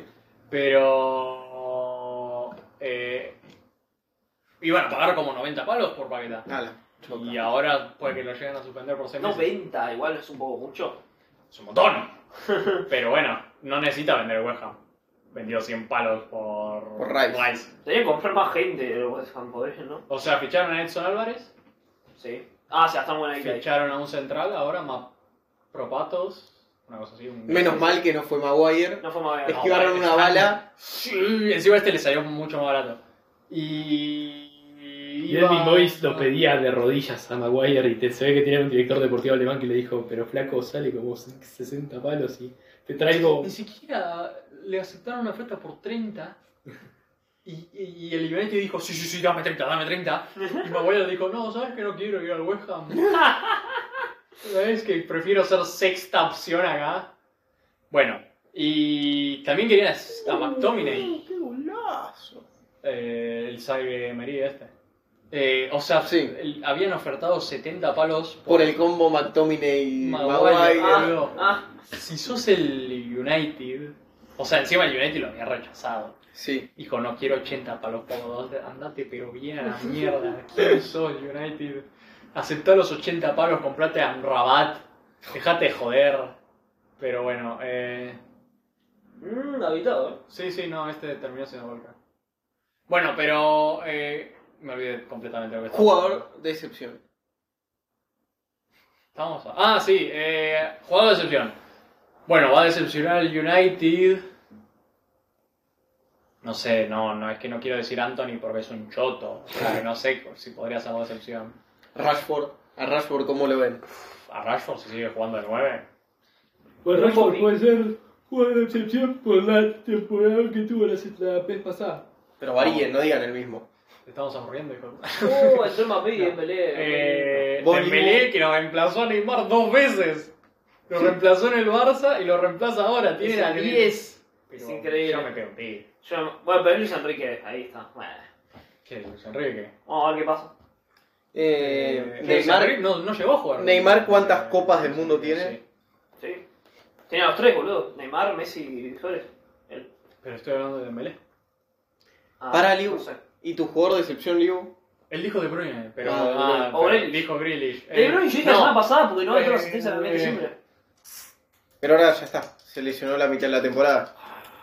Pero... Eh, iban a pagar como noventa palos por paqueta. Ala, choca. Y ahora puede que lo lleguen a suspender por seis meses. noventa, igual es un poco mucho. Es un montón. Pero bueno, no necesita vender West Ham. Vendió cien palos por, Por Rice. Tenía que comprar más gente de West Ham, por eso, ¿no? O sea, ficharon a Edson Álvarez. Sí. Ah, sí, está buena ahí. Ficharon a un central, ahora más Propatos. Una cosa así. Un... Menos mal que no fue Maguire. No fue más bien. Esquivaron una bala. Sí, encima este le salió mucho más barato. Y... Y David Moyes lo pedía de rodillas a Maguire y te, se ve que tenía un director deportivo alemán que le dijo, pero flaco, sale como sesenta palos y te traigo... Ni siquiera le aceptaron una oferta por treinta. Y, y, y el United dijo, sí, sí, sí, dame treinta, dame treinta. Y Maguire dijo, no, ¿sabes que no quiero ir al West Ham? ¿Sabes que prefiero ser sexta opción acá? Bueno, y también querían a, a McTominay. ¡Qué golazo! Eh, el Sague Emery este. Eh, o sea, Sí. el- habían ofertado setenta palos Por el combo McTominay Maguire. Maguire. Ah. Ah, Si sos el United, o sea, encima el United lo había rechazado. Sí. Dijo, no quiero ochenta palos por dos, andate pero bien a la mierda. ¿Quién sos, United? Aceptá los ochenta palos, comprate a Rabat, dejate de joder. Pero bueno, eh... mmm, habitado, ¿eh? sí, sí, no, este terminó siendo Volca. Bueno, pero... Eh... Me olvidé completamente de lo que estaba Jugador de excepción. Vamos a... Ah, sí, eh, jugador de excepción. Bueno, va a decepcionar al United. No sé, no, no, es que no quiero decir Anthony porque es un choto. O sea, que no sé si podría ser la decepción. Rashford. A Rashford, ¿cómo lo ven? A Rashford si sigue jugando de nueve. Bueno, Un Rashford poquito. puede ser jugador de excepción por la temporada que tuvo la, la vez pasada. Pero varíen, no digan el mismo. Te estamos aburriendo, hijo. Uh, entró Mbappé y Dembélé. Eh, Vos, Dembélé, que lo reemplazó a Neymar dos veces. Lo reemplazó en el Barça y lo reemplaza ahora. Tiene Es la increíble. diez. Es Pero increíble. Yo me pego un tiro. Yo- bueno, pero Luis Enrique, ahí está. Bueno, ¿Qué? Luis Enrique. vamos a ver qué pasa. Eh, Luis Neymar, Enrique no, no llegó a jugar. Neymar, ¿cuántas copas del mundo tiene? Sí. Sí. Tiene a los tres, boludo. Neymar, Messi y Suárez. Él. Pero estoy hablando de Dembélé. Ah, Para, Liu. no sé. ¿Y tu jugador de excepción, Liu? Él dijo De Bruyne, pero, Ah, ah, o pero Grealish. dijo Grealish. De Eh, Bruyne yo dije no, la semana pasada porque no entró la Eh, asistencia en la mete eh, siempre. Pero ahora ya está. Se lesionó la mitad de la temporada.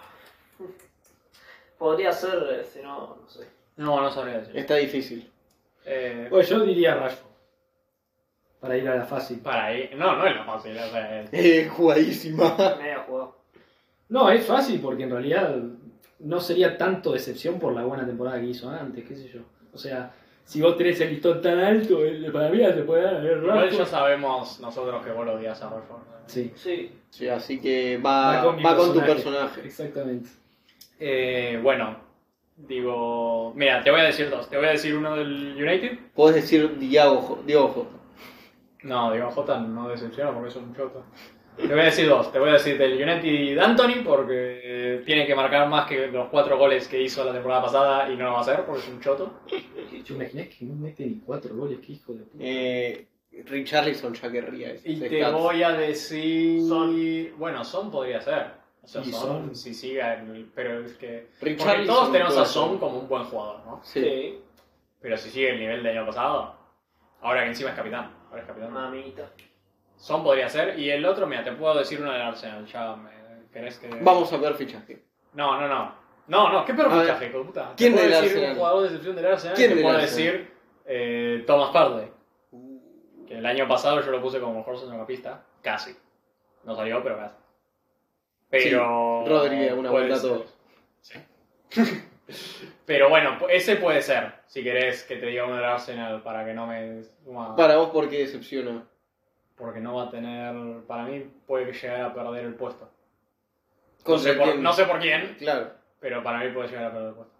Podría ser, eh, si no, no sé. No, no sabría decir. Está difícil. Eh, Pues yo diría Rashford. Para ir a la fácil. para ahí. No, no es lo fácil. O sea, es- Eh, jugadísima. Medio jugado. No, es fácil porque en realidad no sería tanto decepción por la buena temporada que hizo antes, qué sé yo. O sea, si vos tenés el listón tan alto, el- para mí ya te puede dar el Igual ya Rashford. sabemos nosotros que vos lo odias a Rashford. Sí, Sí. Sí, así que va, Va con mi va con tu personaje. personaje. exactamente. Eh, bueno, digo. Mira, te voy a decir dos. Te voy a decir uno del United. Podés decir Diego, Jo- Diego Jota. No, digo J no decepciona porque es un choto. Te voy a decir dos. Te voy a decir del United Anthony porque eh, tiene que marcar más que los cuatro goles que hizo la temporada pasada y no lo va a hacer porque es un choto. ¿Te imaginás que no mete ni cuatro goles? ¿Qué hijo de puta? Eh, Richarlison ya querría ese Y te stats. voy a decir. Son. Bueno, Son podría ser. O sea, Y Son, Son. si sigue el- pero es que. Porque Richarlison todos tenemos a puede Son ser. como un buen jugador, ¿no? Sí. Pero si sigue el nivel del año pasado, ahora que encima es capitán. Ahora es capitán. Mamita. Son podría ser. Y el otro, mira, te puedo decir uno del Arsenal. Ya me querés que. Vamos a ver fichaje. No, no, no. No, no, qué peor A ver. fichaje, hijo de puta. ¿Quién te puedo del decir Arsenal? un jugador de excepción del Arsenal. ¿Quién te del puedo Arsenal? decir eh, Thomas Partey. Que el año pasado yo lo puse como mejor centrocampista. Casi. No salió, pero casi. Pero. Sí, Rodri, una puede vuelta a ser. todos. Sí. Pero bueno, pu- ese puede ser. Si querés que te diga uno del Arsenal para que no me suma. Para vos, ¿por qué decepciona? Porque no va a tener. Para mí, puede llegar a perder el puesto. No sé, por, quién. no sé por quién, Claro. pero para mí puede llegar a perder el puesto.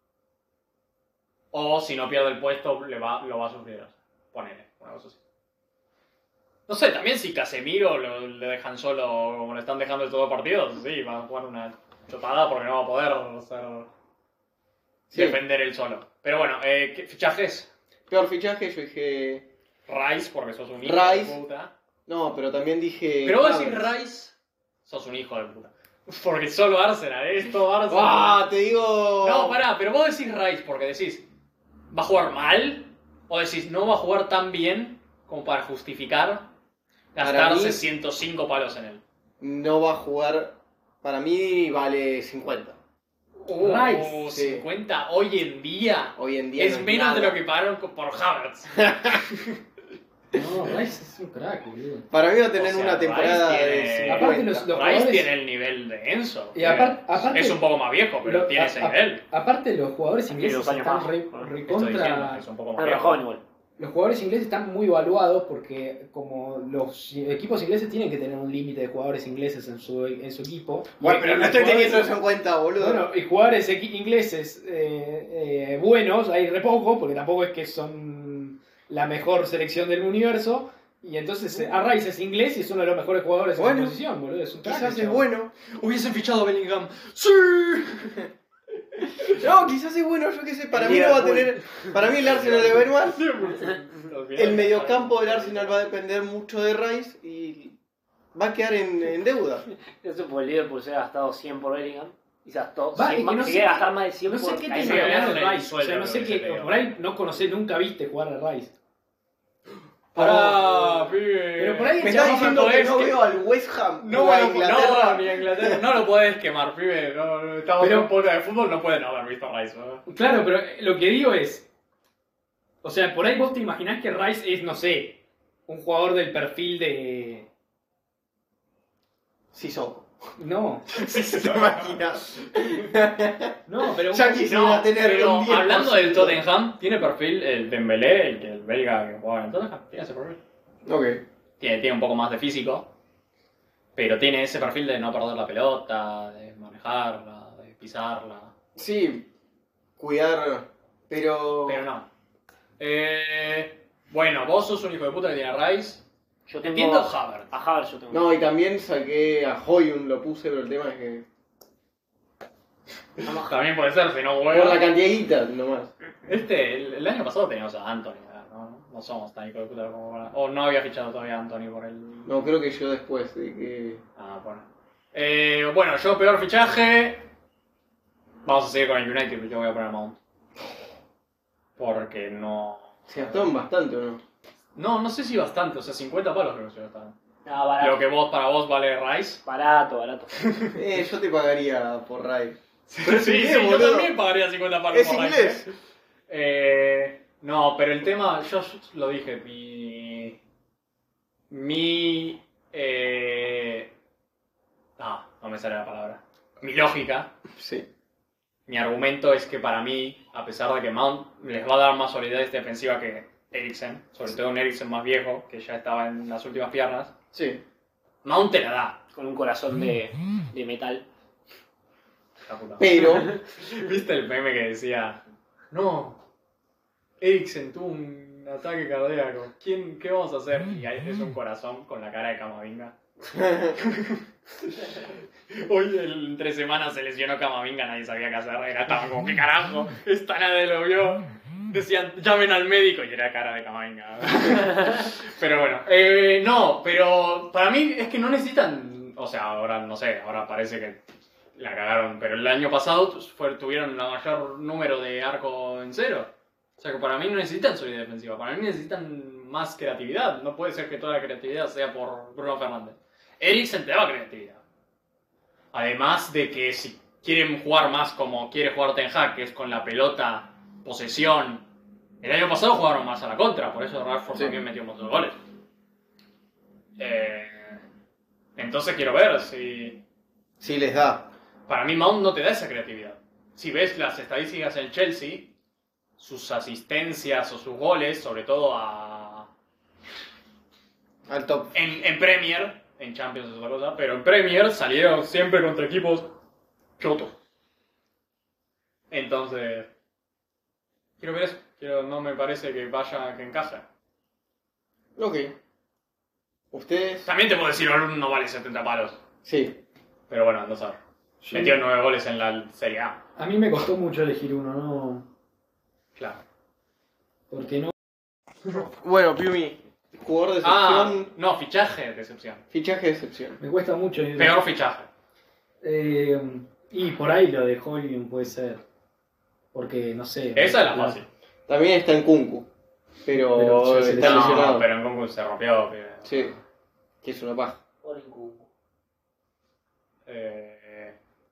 O si no pierde el puesto, le va, lo va a sufrir. Ponele, una cosa así. No sé, también si Casemiro lo, le dejan solo como le están dejando estos dos partidos, sí, va a jugar una chotada porque no va a poder ser, Sí. defender él solo. Pero bueno, eh, ¿qué fichajes? Peor fichaje, yo dije. Rice, porque sos un hijo Rice. de puta. No, pero también dije. Pero vos decís Havertz. Rice, sos un hijo de puta. Porque solo Arsenal, ¿eh? es todo Arsenal. ¡Ah! Te digo. No, pará, pero vos decís Rice porque decís, ¿va a jugar mal? O decís, no va a jugar tan bien como para justificar Para gastarse mí- ciento cinco palos en él. No va a jugar. Para mí vale cincuenta. Uh, Rice, sí. cincuenta hoy en día Hoy en día. es no menos de nada. lo que pagaron por Havertz. No, Rice es un crack, boludo. Para mí va a tener O sea, una temporada Rice de tiene- cincuenta. Aparte los- los- Rice jugadores- tiene el nivel de Enzo. Y aparte- que aparte- es un poco más viejo, pero Lo- tiene a- ese a- nivel. Aparte los jugadores Tiene ingleses dos años están más. re, Bueno, Estoy diciendo recontra... que es un poco más Es re viejo. joven igual. Los jugadores ingleses están muy valuados porque como los equipos ingleses tienen que tener un límite de jugadores ingleses en su, en su equipo. Bueno, Y- pero y no los estoy jugadores- teniendo eso en cuenta, boludo. Bueno, y jugadores equi- ingleses eh, eh, buenos hay re poco, porque tampoco es que son la mejor selección del universo. Y entonces eh, Rice es inglés y es uno de los mejores jugadores en Bueno, la posición, boludo. Es un crack, quizás es chabón. bueno. Hubiesen fichado a Bellingham. ¡Sí! No, quizás es bueno, yo qué sé. Para mí no va a tener. Para mí el Arsenal de Benoit. El mediocampo del Arsenal va a depender mucho de Rice y va a quedar en, en deuda. Eso fue el Liverpool, se ha gastado cien por Bellingham. Y se gastó Va, cien es que más, no se sé quiere qué- gastar más de cien No sé por qué Kyle te sí, Walker. hablar el de Rice. O sueldo, sea, no lo sé que qué. se te dio. Por ahí no conocés, nunca viste jugar a Rice. Pará, pibe. Pero por ahí Me el está chabón diciendo que podés no que- veo al West Ham No, o a bueno, Inglaterra. no, ni a Inglaterra. No lo podés quemar, pibe. No, no, estamos Pero- en un podcast de fútbol, no pueden haber visto a Rice. ¿no? Claro, pero lo que digo es. O sea, por ahí vos te imaginás que Rice es, no sé, un jugador del perfil de. Sissoko. No, Sí, se te imaginas. no, pero. Ya quisiera No, tener pero un diez por hablando del ciento. Tottenham, tiene perfil el Dembélé, el, que el belga que jugaba en el Tottenham, tiene ese perfil. Ok. Tiene, tiene un poco más de físico, pero tiene ese perfil de no perder la pelota, de manejarla, de pisarla. Sí, cuidar. Pero. Pero no. Eh, bueno, vos sos un hijo de puta que tiene a Rice. Yo tengo Entiendo a Havertz. a Havertz yo tengo. No, y también saqué a Hoyun, lo puse, pero el tema es que. También puede ser, si no Por la juega. cantidad de guita, nomás. Este, el, el año pasado teníamos a Anthony, ¿no? No somos tan hijo de puta como para... O no había fichado todavía a Anthony por el... No, creo que yo después de que. Ah, bueno. Eh, bueno, yo peor fichaje... Vamos a seguir con el United, yo voy a poner a Mount. Porque no... Se gastaron bastante, ¿o no? No, no sé si bastante, o sea, cincuenta palos creo que se gastaron. No, barato. Lo que vos, para vos vale Rice. Barato, barato. Eh, yo te pagaría por Rice. Sí, sí, inglés, yo boludo. también pagaría cincuenta palos Es por Rice. inglés. Eh, no, pero el tema, yo lo dije, mi... Mi... Eh, no, no me sale la palabra. Mi lógica, Sí. mi argumento es que para mí, a pesar de que Mount les va a dar más solidez defensiva que Eriksen, sobre todo un Eriksen más viejo, que ya estaba en las últimas piernas, Sí. Mount te la da. Con un corazón de, de metal. La puta madre. Pero. ¿Viste el meme que decía, no, Eriksen tuvo un ataque cardíaco, ¿Quién, ¿qué vamos a hacer? Y ahí es un corazón con la cara de Camavinga. Hoy el- entre semanas se lesionó Camavinga, nadie sabía qué hacer, era estaba como, ¿qué carajo? Esta nadie lo vio. Decían, llamen al médico y era cara de Camavinga. Pero bueno, eh, no, pero para mí es que no necesitan, o sea, ahora no sé, ahora parece que la cagaron, pero el año pasado fue- tuvieron el mayor número de arco en cero. O sea que para mí no necesitan solidez defensiva, para mí necesitan más creatividad. No puede ser que toda la creatividad sea por Bruno Fernández. Eriksen te daba creatividad. Además de que si quieren jugar más como quiere jugar Ten Hag, que es con la pelota, posesión. El año pasado jugaron más a la contra, por eso Rashford Sí. también metió muchos goles. Eh, entonces quiero ver si... Sí, les da. Para mí Mount no te da esa creatividad. Si ves las estadísticas en Chelsea, sus asistencias o sus goles, sobre todo a... Al top. en, en Premier, En Champions es otra cosa, pero en Premier salieron siempre contra equipos chotos. Entonces, quiero ver eso. Quiero, no me parece que vaya, que encaje. Ok. ¿Ustedes? También te puedo decir, Olun no vale setenta palos. Sí. Pero bueno, anda a saber. Yo- Metió nueve goles en la Serie A. A mí me costó mucho elegir uno, ¿no? Claro. Porque no. Bueno, Piumi, jugador de Ah, excepción, no, fichaje de excepción. fichaje de excepción. Me cuesta mucho. Peor fichaje. Eh, y por ahí lo de Hollywood puede ser. Porque, no sé. Esa es la fácil. También está en Kunku, pero, Pero se está lesionó. lesionado. No, pero en Congo se rompió. pibe. Sí, que es una paja. Eh,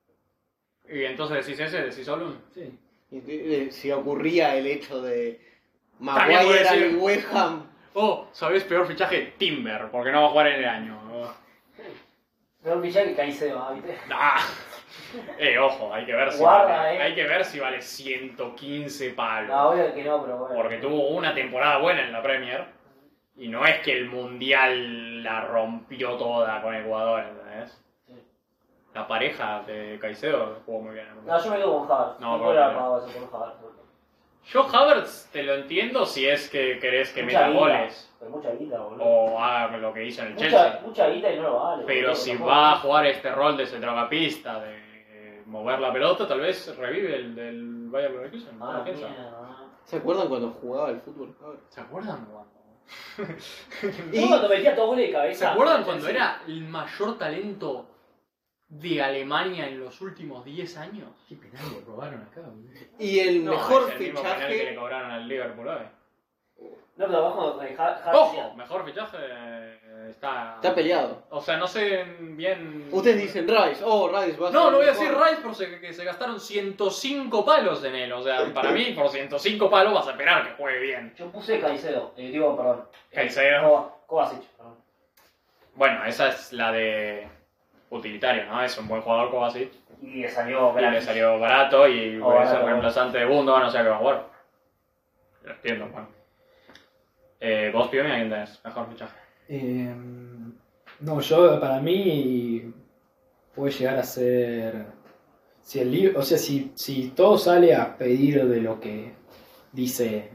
y entonces decís ese, decís Olun. Sí. Y, eh, Si ocurría el hecho de También puede Maguire ser. al West Ham, Oh, ¿sabés peor fichaje? Timber, porque no va a jugar en el año. Oh. Peor fichaje que Caicedo, ¿viste? Ah. Eh, ojo, hay que ver si Guarda, vale, eh. hay que ver si vale ciento quince palos. No, obvio que no, pero bueno. Porque tuvo una temporada buena en la Premier y no es que el Mundial la rompió toda con Ecuador, ¿entendés? Sí. La pareja de Caicedo jugó muy bien. en el Mundial. No, yo me quedo con Havertz. No, No, pero- puedo haber pagado eso por Havertz. Yo Havertz te lo entiendo si es que querés que Mucha meta guita, goles Pero mucha guita, boludo. o haga lo que hizo en el Mucha, Chelsea. mucha guita y no lo vale. Pero boludo, si tampoco. va a jugar este rol de centrocampista, de eh, mover la pelota, tal vez revive el del Bayern Leverkusen. ¿No Ah, lo piensa? mierda. ¿se acuerdan cuando jugaba al fútbol? A ver. ¿Se acuerdan cuando? ¿Tú cuando metía dos goles de cabeza? ¿Se acuerdan cuando era el mayor talento de Alemania en los últimos diez años? ¿Qué penal le robaron acá, boludo? Y el No, mejor es el mismo penal que le fichaje, cobraron al Liverpool hoy. No, pero abajo de Havertz. Ojo, mejor fichaje eh, está... está peleado. O sea, no sé bien... Ustedes dicen Rice, oh, Rice va a ser No, el no voy a mejor. decir Rice porque que se gastaron ciento cinco palos en él. O sea, para mí, por ciento cinco palos vas a esperar que juegue bien. Yo puse Caicedo. Eh, digo, perdón. Caicedo. Kova- Kovacic, perdón. Bueno, esa es la de utilitario, ¿no? Es un buen jugador como así. Y le salió Y le gratis. salió barato y Oh, puede ser barato. reemplazante de Gundogan, o sea que va a jugar. Lo entiendo, bueno. Eh, ¿Vos, Piomi, a quién tenés? Mejor fichaje. Eh, no, yo, para mí, puede llegar a ser. Si el Liv- o sea, si, si todo sale a pedir de lo que dice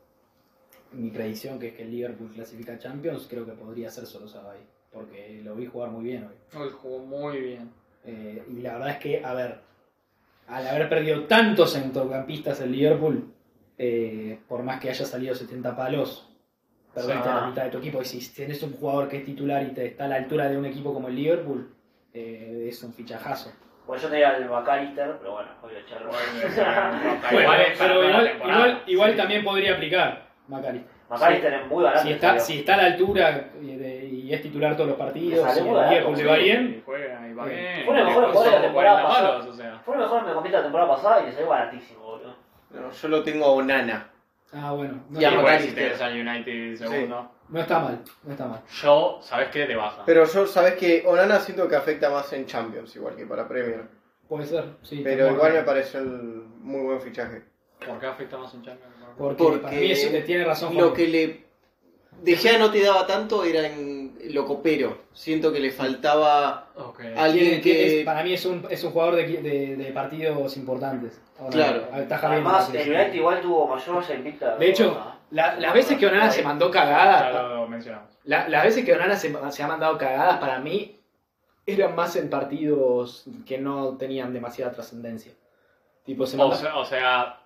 mi predicción, que es que el Liverpool clasifica a Champions, creo que podría ser solo Sabay. Porque lo vi jugar muy bien hoy. Hoy jugó muy bien. Eh, y la verdad es que, a ver, al haber perdido tantos centrocampistas el Liverpool, eh, por más que haya salido setenta palos, perdiste Sí. la mitad de tu equipo. Y si tenés un jugador que es titular y te está a la altura de un equipo como el Liverpool, eh, es un fichajazo. Bueno, yo tenía el McAllister, pero bueno, voy a echarlo. Bueno, Igual, es para pero toda la igual, temporada. igual, igual también podría aplicar Macari. McAllister es muy barato. Si está, si está a la altura y, de- y es titular todos los partidos, Le sale y muy el barato, Liverpool le va Sí, bien, juega y va Bien. bien. Fue el mejor Después jugador de la son temporada cuarenta pasada. palos, o sea. Fue el mejor mediocampista de la temporada pasada y le salió baratísimo, boludo. No, yo lo tengo a Onana. ah, bueno, no, Y a está, Igual si McAllister. tenés al United segundo. no está mal, no está mal. Yo, ¿sabés qué? De baja. Pero yo, sabes que Onana siento que afecta más en Champions, igual que para Premier. Puede ser, sí. Pero está igual mal. me pareció un muy buen fichaje. ¿Por qué afecta más en Champions? Porque, Porque para mí eso le tiene razón Lo Juan. que le De Gea no te daba tanto era en lo copero. Siento que le faltaba Ok. alguien Tiene- tiene- que... es- para mí es un, es un jugador de, de, de partidos importantes. Ahora, Claro. ataja bien Además, partidos. el United igual tuvo mayor malla invicta. De hecho, la- las veces que Onana se mandó cagadas, Ya lo mencionamos. la- las veces que Onana se, se ha mandado cagadas, para mí, eran más en partidos que no tenían demasiada trascendencia. Tipo, se O manda- sea, o sea,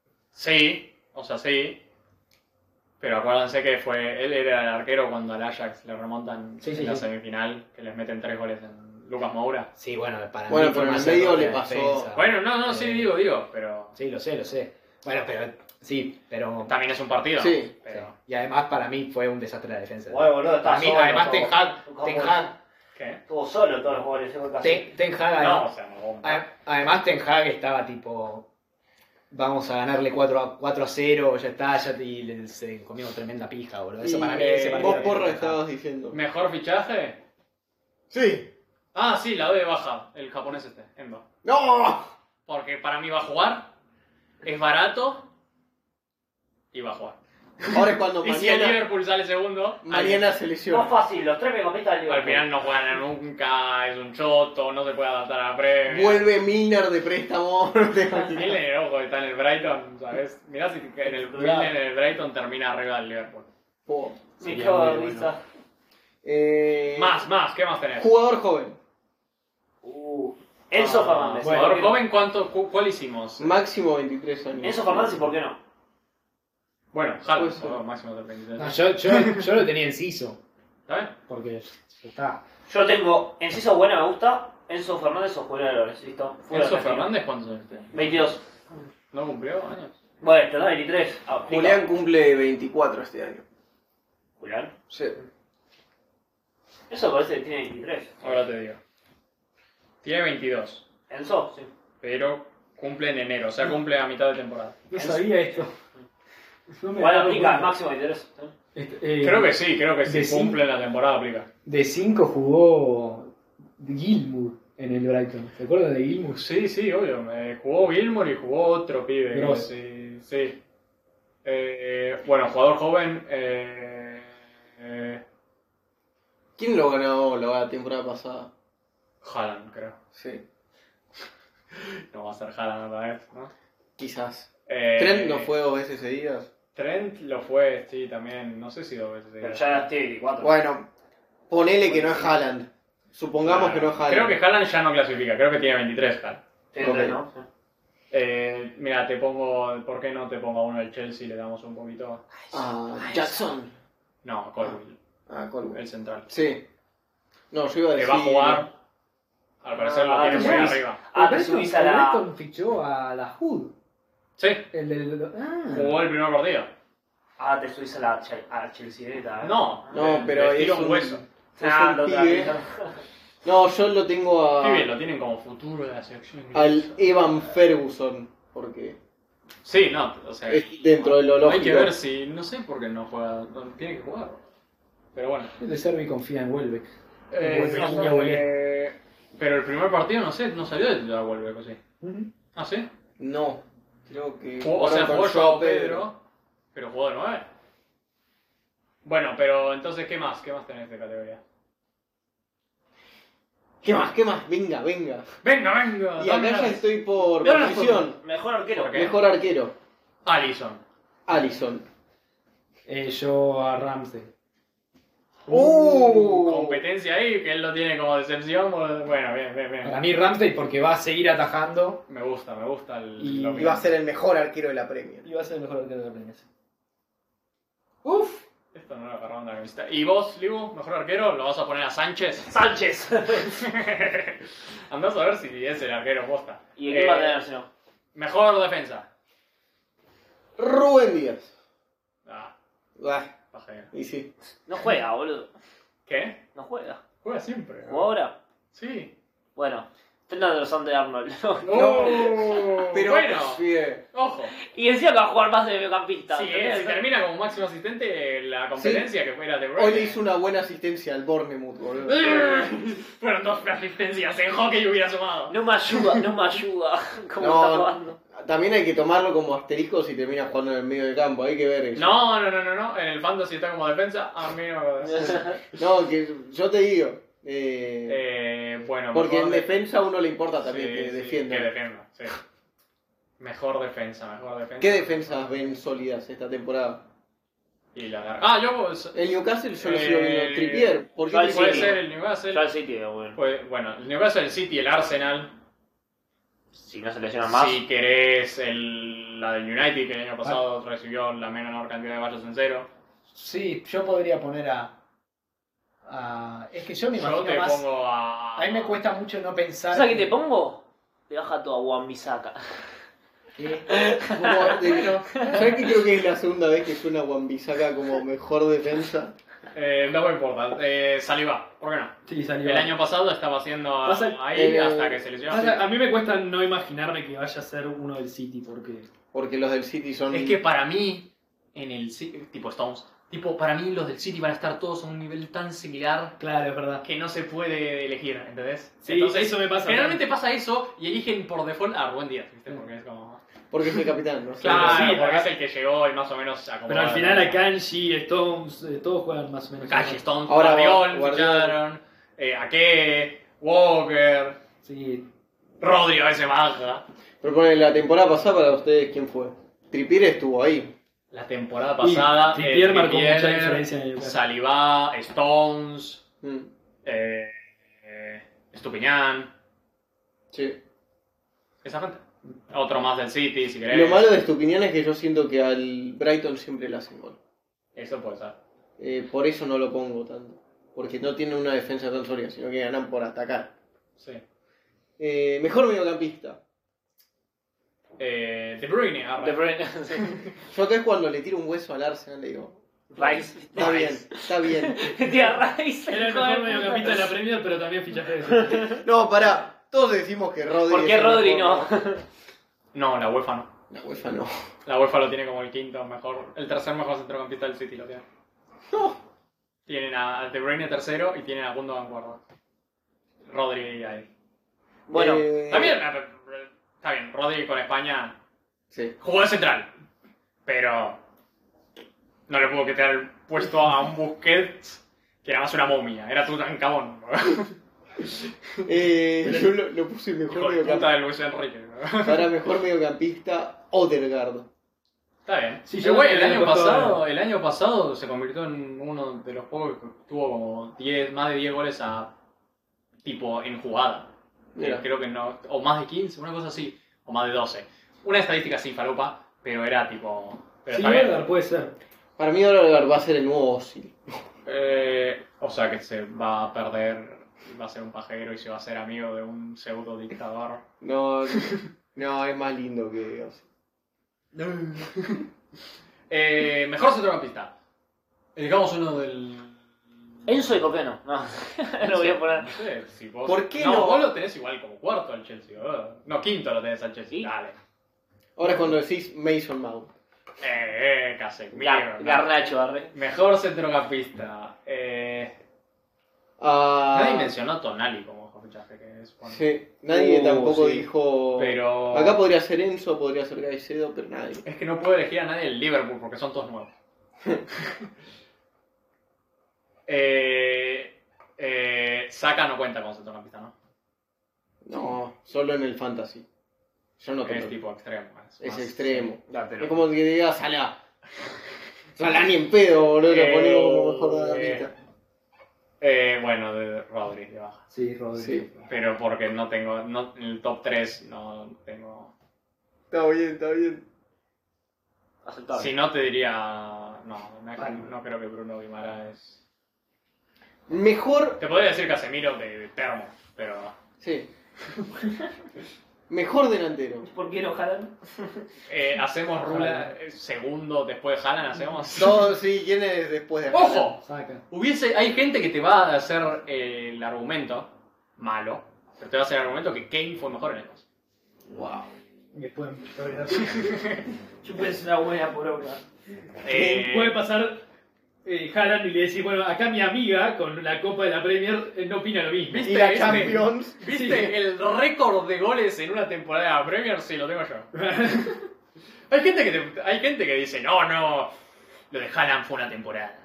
sí, o sea, sí. Pero acuérdense que fue él era el arquero cuando al Ajax le remontan Sí, en sí, la sí. semifinal, que les meten tres goles en Lucas Moura. Sí, bueno, para Bueno, mí fue pero en más el medio error de le la pasó- defensa. Bueno, no, no, sí, Eh, digo, digo, pero Sí, lo sé, lo sé. Bueno, pero sí, pero... también es un partido. Sí. Pero, sí. Y además para mí fue un desastre la defensa. Bueno, boludo, está Para mí, solo. además todo. Ten Hag, Nunca Ten jugó. Hag, ¿qué? Estuvo solo todos los jugadores. fue casi- Ten, Ten Hag, No, además, o sea, no. a- además Ten Hag estaba tipo, vamos a ganarle cuatro a, cuatro a cero, ya está, ya y le- se comió tremenda pija, boludo. Eso Y, para mí, eh, ese partido Vos era porra Ten Hag. estabas diciendo. ¿Mejor fichaje? Sí. Ah, sí, la doy de baja, el japonés este, Endo. ¡No! Porque para mí va a jugar, es barato y va a jugar. Ahora es cuando Y si el mañana, Liverpool sale segundo, mañana se Más lesiona. fácil, los tres mediocampistas del al Liverpool. final no juegan nunca, es un choto, no se puede adaptar a la Premier. Vuelve Milner de préstamo. Milner, ojo, está en el Brighton, ¿sabes? Mirá si en el, Milner en el Brighton termina arriba del Liverpool. Po. Me Sería cago de muy risa. Eh, Más, más, ¿qué más tenés? Jugador joven. Uh, Enzo Ah, Fernández. bueno. Jugador ¿por qué no? joven, ¿cuánto, cu- ¿cuál hicimos? Máximo veintitrés años. Enzo Fernández, ¿y por qué no? Bueno, Haaland, Puede ser. oh, máximo de veintitrés. No, yo, yo, yo lo tenía en Ciso, ¿Está bien? porque ya está. Yo tengo Enciso buena, me gusta. Enzo Fernández o Julián Álvarez, listo. Fuera ¿Enzo de Argentina. Fernández cuántos años tiene? veintidós. ¿No cumplió años? Bueno, tendrá veintitrés. Ah, Julián pica. cumple veinticuatro este año. Julián. Sí. Eso parece que tiene veintitrés. Ahora te digo. Tiene veintidós, Enzo, sí. pero cumple en enero, o sea, cumple a mitad de temporada. No sabía esto. No me Igual daba aplica cuenta. máximo veintitrés. ¿eh? Este, eh, Creo que sí, creo que de sí, cumple la temporada, aplica. De cinco jugó Gilmour en el Brighton. ¿Te acuerdas de Gilmour? Sí, sí, obvio. Eh, jugó Gilmour y jugó otro pibe. Gross. Sí, sí. Eh, bueno, jugador joven. Eh, eh, ¿Quién lo ganó la temporada pasada? Haaland, creo. Sí. No va a ser Haaland otra vez, ¿no? Quizás. Eh, Trent no fue dos veces seguidas. Trent lo fue, sí, también. No sé si dos veces. Pero seguidas. ya tiene veinticuatro. Bueno, ponele que no es Haaland. Supongamos Claro. que no es Haaland. Creo que Haaland ya no clasifica, creo que tiene veintitrés Haaland. Tiene tres, Ok. ¿no? Sí. Eh, mira, te pongo. ¿Por qué no te pongo a uno del Chelsea y le damos un poquito? Ah, Jackson. No, Colwill, Ah, Colwell. el central. Sí. No, yo iba a Que decir... va a jugar. Al parecer lo Ah, tiene muy sí. arriba. Ah, te el subís Brighton, a el la... Brighton fichó a la Hood. Sí, El del. Ah. jugó el primer partido. Ah, te subís a la, Che- a la Chelsea, ¿eh? No, No, le- pero le tiro es un un- hueso. Es Ah, un no, pibe. No, yo lo tengo a... Pibe, lo tienen como futuro de la selección. al Evan Ferguson. Porque Sí, no, o sea. es dentro de lo lógico. Hay que ver si. No sé por qué no juega. no, tiene que jugar. Pero bueno. El de Servi confía en Welbeck. Eh, Welbeck, no, niña Welbeck. eh, pero el primer partido no sé, no salió de titular Welbeck, ¿o sí? Ah, ¿sí? No, creo que... Jugó- o sea, jugaron jugó con Joao Joao Pedro, pero jugó de nueve. Bueno, pero entonces, ¿qué más? ¿Qué más tenés de categoría? ¿Qué más? ¿Qué más? Venga, venga. Venga, venga. Y acá ya estoy por Pero no, posición. mejor arquero. ¿Por qué? Mejor arquero. Allison. Allison. Eh, yo a Ramsey. ¡Uh! Competencia ahí, que él lo tiene como decepción. Bueno, bien, bien, Para bien. mí Ramsey porque va a seguir atajando. Me gusta, me gusta el. Y- lo que- Y va a ser el mejor arquero de la Premier. Y va a ser el mejor arquero de la Premier. Uf. Esto no lo agarraron de la camiseta. ¿Y vos, Libu, mejor arquero? ¿Lo vas a poner a Sánchez? Sánchez. Andás a ver si es el arquero posta. ¿Y en qué Eh, va a tener, si no? Mejor defensa. Rubén Díaz. Ah, Ah, pajero. y sí. No juega, boludo. ¿Qué? No juega. Juega siempre. ¿Jugó ahora? Sí. Bueno. Tendrán razón de Arnold. No, Pero bueno, bien. ojo. Y encima que va a jugar más de mediocampista. Si, ¿entendés? si termina como máximo asistente la competencia que fuera de Bruyne. Hoy le hizo una buena asistencia al Bournemouth, boludo. Fueron dos asistencias en hockey hubiera sumado. No me ayuda, no me ayuda. ¿Cómo No, está jugando? También hay que tomarlo como asterisco si termina jugando en el medio del campo. Hay que ver eso. No, no, no, no, no. En el fantasy está como defensa. A mí no me No, que yo te digo. eh, eh, Bueno, porque en mejor de- defensa a uno le importa también Sí, que sí, defienda. Que defienda, sí. Mejor defensa, mejor defensa. ¿Qué defensas ven sólidas esta temporada? Y la larga. Ah, yo. pues, El Newcastle yo lo Eh, sigo viendo. Trippier. ¿Por qué yo al Trippier? Puede City. ser el Newcastle. Ya el City, bueno. Pues, bueno, el Newcastle, el City, el Arsenal. Si no se lesionan más. Si querés el, la del United, que el año pasado recibió la menor cantidad de vallas en cero. Sí, yo podría poner a. a- es que yo me Yo imagino te más. pongo a. A mí me cuesta mucho no pensar. ¿Sabes qué te pongo? Te baja todo a Wan-Bissaka. ¿Qué? Como de- ¿Sabes que creo que es la segunda vez que suena Wan-Bissaka como mejor defensa? Eh, no me importa. Eh, Saliba, ¿por qué no? Sí, salió. El año pasado estaba haciendo Pasa- ahí eh, hasta que se lesionó. Pasa- A mí me cuesta no imaginarme que vaya a ser uno del City porque. Porque los del City son... Es que para mí, en el City, tipo Stones, tipo, para mí los del City van a estar todos a un nivel tan similar Claro, es verdad. que no se puede elegir, ¿entendés? Sí, eso me pasa. Generalmente pasa eso y eligen por default a Rubén Díaz, ¿viste? Porque es como. Porque es el capitán, ¿no? Claro, sí, porque acá- es el que llegó y más o menos acomodó. Pero al final a Kanji, Stones, eh, todos juegan más o menos. Kanji, Stone, Ahora Guardiol, Guardiol. ficharon, eh, Ake, Walker, Sí. Rodri a veces baja. Pero ponele, la temporada pasada para ustedes, ¿quién fue? Trippier estuvo ahí. La temporada pasada, Y Trippier eh, marcó Trippier, mucha diferencia en el Saliba, Stones, Mm, eh, eh, Estupiñán, sí. esa gente. Otro más del City, si querés. Lo malo de Estupiñán es que yo siento que al Brighton siempre le hacen gol. Eso puede ser. Eh, por eso no lo pongo tanto. Porque no tiene una defensa tan sólida, sino que ganan por atacar. Sí. Eh, mejor mediocampista. Eh, De Bruyne, arre. De Bruyne, sí. Yo acá es cuando le tiro un hueso al Arsenal le digo, Rice. está bien, está bien. Tía Rice. Era el hijo de mejor puta. mediocampista de la Premier, pero también fichaje de No, pará, todos decimos que Rodri ¿Por qué es el Rodri mejor, no? No, la UEFA no. La UEFA no. La UEFA lo tiene como el quinto mejor, el tercer mejor centrocampista del City lo tiene. Tienen a De Bruyne tercero y tienen a Gundogan cuarto. Rodri ahí. Bueno, Eh, También, eh, está bien, Rodri con España Sí. jugó de central, pero no le pudo quitar el puesto a un Busquets que era más una momia, era Tutankamón. Eh, yo lo, lo puse mejor Hijo de puta mediocampista. de Luis Enrique. Para mejor mediocampista, Odegaard. Está bien. Sí, Eh, yo güey, no el le año costó pasado, nada. el año pasado se convirtió en uno de los pocos que tuvo como diez, más de diez goles a tipo en jugada. Mira. Eh, Creo que no, o más de quince, una cosa así, o más de doce. Una estadística sin falopa, pero era tipo. Pero Sí, está bien. Odegaard puede ser. Para mí Odegaard va a ser el nuevo Ozil. Eh, o sea que se va a perder, va a ser un pajero y se va a hacer amigo de un pseudo dictador. No, no, es más lindo que Ozil. Eh, mejor centrocampista. Digamos uno del. Enzo y por qué no. No, lo voy a poner. No sé, si vos... ¿Por qué no? no? Vos lo tenés igual como cuarto al Chelsea, ¿verdad? No, quinto lo tenés al Chelsea. ¿Sí? Dale. Ahora es cuando decís Mason Mount. Eh, eh, Casemiro. Gar- ¿no? Garnacho, arre. Mejor centrocampista. Eh, Ah, Nadie mencionó a Tonali como mejor fichaje, que es bueno. Sí, nadie Uh, tampoco sí. dijo. Pero. Acá podría ser Enzo, podría ser Caicedo, pero nadie. Es que no puedo elegir a nadie del Liverpool porque son todos nuevos. eh, eh, Saka no cuenta como centrocampista, ¿no? No, solo en el fantasy. Yo no Es creo. tipo extremo. Es, Es más- extremo. Delantero. Es como que digas Salah. Salah ni en pedo, boludo, lo Eh, ponemos como mejor mediocampista. Eh, bueno, de Rodri de baja. Sí, Rodri. Sí. Pero porque no tengo. No, en el top tres no tengo. Está bien, está bien. Aceptable. Si no te diría. No, no, Vale. no creo que Bruno Guimaraes. Mejor. Te podría decir Casemiro de, de Termo, pero. Sí. Mejor delantero. ¿Por qué no jalan? Eh, hacemos Rula eh, segundo después de Haaland, hacemos. Todos, sí, ¿quién es después de ¡Ojo! Saca. Hubiese, hay gente que te va a hacer eh, el argumento malo, pero te va a hacer el argumento que Kane fue mejor en el dos. Wow. Después Yo pensé una buena por obra. Eh, puede pasar eh, Haaland y le decís, bueno, acá mi amiga con la Copa de la Premier eh, no opina lo mismo. ¿Viste? Y la este? Champions. ¿Viste Sí. el récord de goles en una temporada de Premier? Sí, lo tengo yo. Hay gente que, te- hay gente que dice, no, no, lo de Haaland fue una temporada.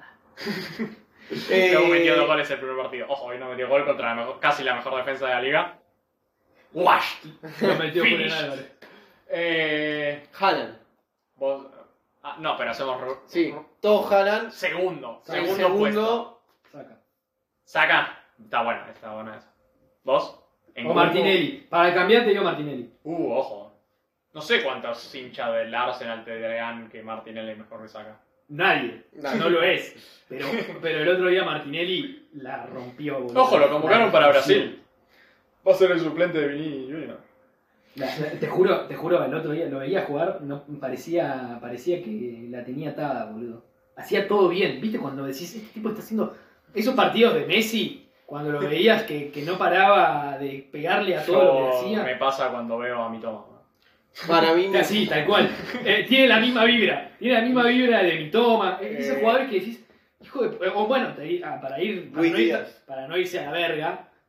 Eh, Luego metió dos goles el primer partido. Ojo, hoy no metió gol contra la mejor- casi la mejor defensa de la liga. Wash. Lo metió por el Finish. Álvarez. Eh, Haaland. vos, ah, no, pero hacemos ru- Sí, todos Haaland. segundo. El Segundo, segundo. puesto. Saca. Saca. Está bueno, está buena esa. ¿Vos? En O grupo- Martinelli. Para cambiar te digo Martinelli. Uh, ojo. No sé cuántos hinchas del Arsenal te dirán que Martinelli es mejor que Saca. Nadie. Nadie. No lo es. Pero, pero el otro día Martinelli la rompió. boludo. Ojo, lo convocaron La para rompió. Brasil. Va a ser el suplente de Vini Junior. La- la- te juro, te juro, el otro día lo veía jugar, no, parecía, parecía que la tenía atada, boludo. Hacía todo bien, ¿viste? Cuando decís, este tipo está haciendo esos partidos de Messi, cuando lo veías que, que no paraba de pegarle a todo lo que hacía. Me pasa cuando veo a mi toma. Para mí. Así, tal cual. Eh, tiene la misma vibra, tiene la misma vibra de Mitoma. Es esos Eh. jugadores que decís, hijo de. O bueno, te- ah, para, ir, para, Luis no ir- Díaz. para no irse a la verga,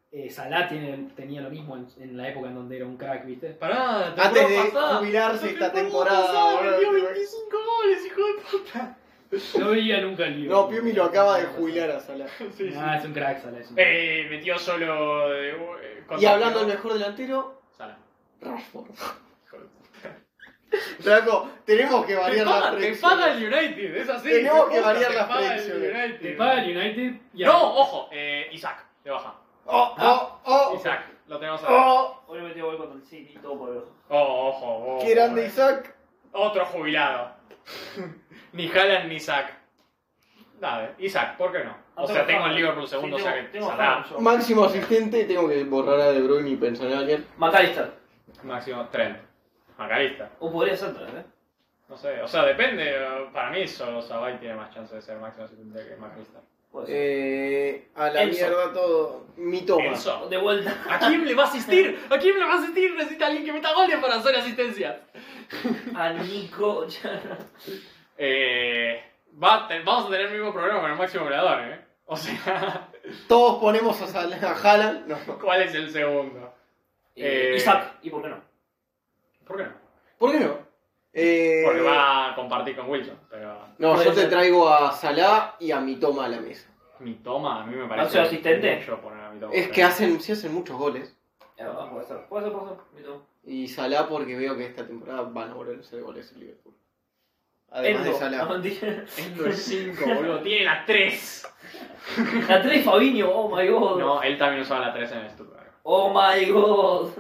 eh, Salah tiene, tenía lo mismo en, en la época en donde era un crack, ¿viste? Pará, Antes de jubilarse esta temporada. boludo. metió veinticinco goles, hijo de puta. No veía nunca el libro. No, Piumi lo acaba de jubilar a Salah. Sí, sí. Ah, es un crack, Salah. Es un crack. Eh, metió solo. eh, eh, Y hablando del mejor delantero, Salah. Rashford. Hijo de puta. Flaco, tenemos que Te variar las paga, te predicciones. paga el United, es así. Tenemos te que paga, variar te las paga el predicciones. United. Te paga el United y No, ojo, eh, Isaac, de baja. Oh, oh, oh. Isaac, lo tenemos ahí. Oh, Hoy metió gol contra el City y todo por eso. Oh, ojo, ojo. qué grande Isaac. Otro jubilado. Ni Haaland ni Isaac. Dale, Isaac, ¿por qué no? O sea, tengo el Liverpool segundo, Sí, o sea tengo- que tengo Salah. Haaland yo. Máximo asistente, tengo que borrar a De Bruyne y pensar en alguien. McAllister. Máximo Trent. Macalista. O podría ser Trent, ¿eh? No sé, o sea, depende. eh, Para mí solo Sabay tiene más chance de ser máximo asistente que Macalista. Puede ser. Eh, a la Enzo. mierda todo. Mi toma. Enzo. De vuelta. ¿A quién le va a asistir? ¿A quién le va a asistir? Necesita alguien que meta goles para hacer asistencias. A Nico. ya. Eh, va, te- vamos a tener el mismo problema con el máximo goleador, ¿eh? O sea, Todos ponemos a, Salah, a Haaland. No. ¿cuál es el segundo? Eh, Eh, Isaac. ¿Y por qué no? ¿Por qué no? ¿Por qué no? Eh, Porque va a compartir con Wilson, pero No, Puede yo te ser. traigo a Salah y a mi toma a la mesa. mi toma a mí me parece ¿Máximo asistente? mucho poner a mi toma. Es que hacen, sí hacen muchos goles. Eh, puede ser. Puede ser, puede ser. Mito. Y Salah porque veo que esta temporada van a volver a hacer goles en Liverpool. Además de Endo. Salah. No, mentira. Endo es cinco, boludo. Tiene la tres. La tres Fabinho. Oh my god. No, él también usaba la tres en el Stuttgart. Oh my god.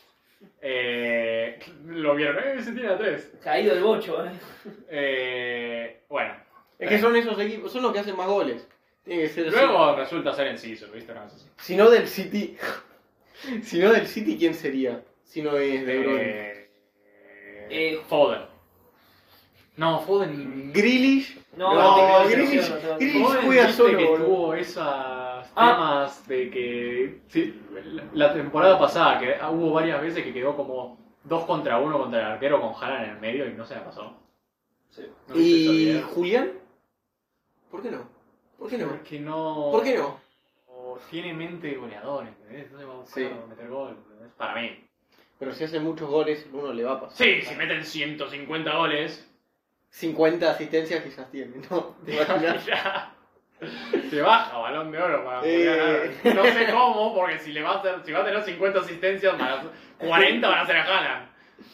Eh, lo vieron, eh, se tiene la tres. Caído el bocho, eh. Eh, bueno. Es que son esos equipos, son los que hacen más goles. Tiene que ser así. Luego resulta ser Enciso, ¿viste? No es así. Si no del City. Si no del City, ¿quién sería? Si no es De Bruyne. Eh, Eh, Foden. No, Foden. Grealish. No, No, no, te creo, Grealish- no te creo. Grealish Foden, juega viste solo, que boludo. tuvo esas Ah. temas de que sí, la temporada pasada que hubo varias veces que quedó como dos contra uno contra el arquero con Haaland en el medio y no se la pasó. Sí. ¿No viste ese ¿Y video? Julián? ¿Por qué no? ¿Por qué no? Porque no. ¿Por qué no? o tiene mente de goleador, ¿entendés? Entonces va a buscar Sí. meter gol, ¿entendés? Para mí. Pero si hace muchos goles, uno le va a pasar. Sí, si meten ciento cincuenta goles. cincuenta asistencias quizás tiene, ¿no? ¿Te imaginas? ya. Se baja balón de oro para Eh. Julián. No sé cómo, porque si le va a hacer, si va a tener cincuenta asistencias, más cuarenta van a ser a Haaland.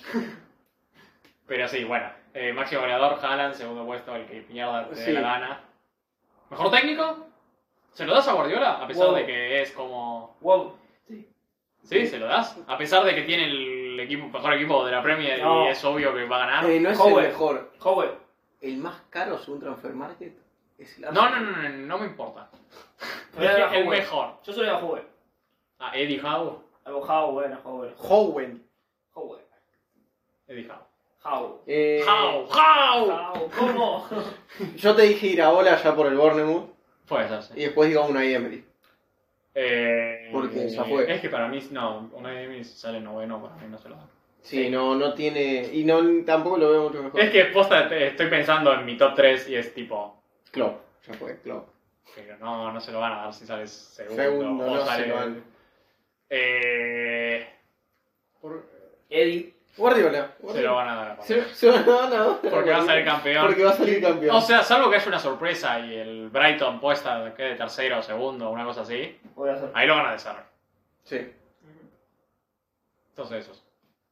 Pero sí, bueno. Eh, máximo goleador, Haaland, segundo puesto, el que mierda te dé Sí. la gana. ¿Mejor técnico? ¿Se lo das a Guardiola? A pesar Wow. de que es como... Wow. ¿Sí? ¿Se lo das? A pesar de que tiene el equipo, mejor equipo de la Premier No. y es obvio que va a ganar. Eh, no es Howard. el mejor. Howard. El más caro según Transfer Market es el No, Arsenal. no, no, no, no me importa. Voy a dar a el Howard. mejor. Yo soy a Howard. Ah, Eddie Howe. Algo Howard, a Howard. Howen. Howard. Eddie Howe. How. Eh, Howe, Howe. How. ¿Cómo? Yo te dije Iraola ya por el Bournemouth Puede ser, sí. y después digo una Emery. Eh, Porque ya fue. Es que para mí, no, una de mis sale noveno, para mí no se lo dan. Sí, no, no tiene. Y no tampoco lo veo mucho mejor. Es que posta, te- estoy pensando en mi top tres y es tipo, Klopp, ya fue, Klopp. pero no, no se lo van a dar si sales segundo. Segundo, o no se sale, lo dan. Eh, por- Eddie. Guardiola. se Guardiola. lo van a dar a Se, Pablo. se van a dar. Porque va a salir campeón. Porque va a salir campeón. O sea, salvo que haya una sorpresa y el Brighton puesta que de tercero o segundo, una cosa así, Voy a hacer. ahí lo van a desarrollar. Sí. Entonces esos.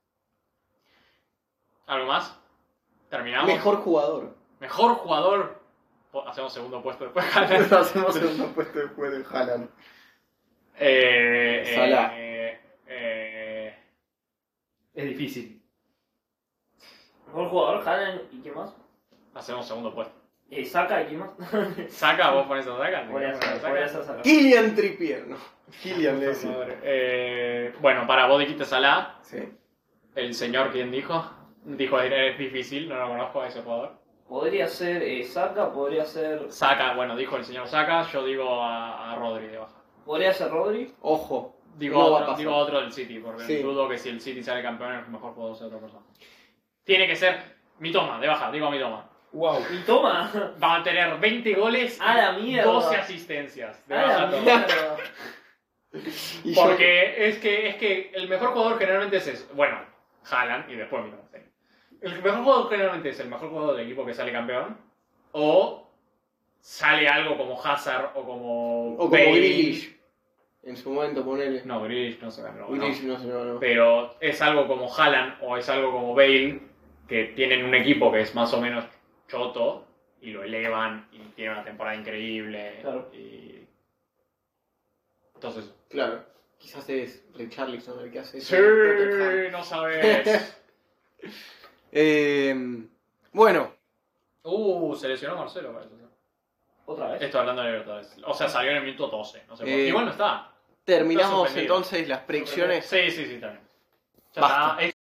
¿Algo más? ¿Terminamos? Mejor jugador. Mejor jugador. Po- Hacemos segundo puesto después. Hacemos segundo puesto después de Haaland. eh, Salah. eh, eh, Es difícil. Mejor jugador, Haaland y quién más. hacemos segundo puesto. Eh, Saka y quién más. ¿Saca? ¿Vos pones a Saca? Voy a hacer, voy a hacer Saka. Kylian Trippier, no. Kylian le decía. Eh, bueno, para vos dijiste Salah. Sí. El señor, ¿quién dijo? Dijo es difícil, no lo conozco a ese jugador. Podría ser eh, Saka, podría ser. Saca, bueno, dijo el señor Saca, yo digo a, a Rodri de baja. Podría ser Rodri. Ojo. Digo, No va a otro, pasar. digo otro del City, porque Sí. dudo que si el City sale campeón, es mejor puedo ser otra persona. Tiene que ser mi toma, de baja, digo mi toma. Wow. Y toma. Va a tener veinte goles A la y mierda. doce asistencias. De A baja la toma. mierda. Y yo- Porque es que, es que el mejor jugador generalmente es eso. Bueno, Haaland y después mismo. Sí. El mejor jugador generalmente es el mejor jugador del equipo que sale campeón. O sale algo como Hazard o como. O como Bale. Grealish. En su momento, ponele. No, Grealish no se ganó. Grealish no. no se lo ganó. Pero es algo como Haaland o es algo como Bale que tienen un equipo que es más o menos choto y lo elevan y tiene una temporada increíble. Claro. Y... Entonces. Claro. Quizás es Richarlison el que hace Sí, eso. en Tottenham. no sabes. Eh, bueno, Uh, se lesionó Marcelo, parece. ¿Otra vez? Estoy hablando de Libertadores. O sea, salió en el minuto doce. No sé por Eh, qué. Igual no está. terminamos suspendido. entonces las predicciones. Sí, sí, sí, también. Ya Basta. está.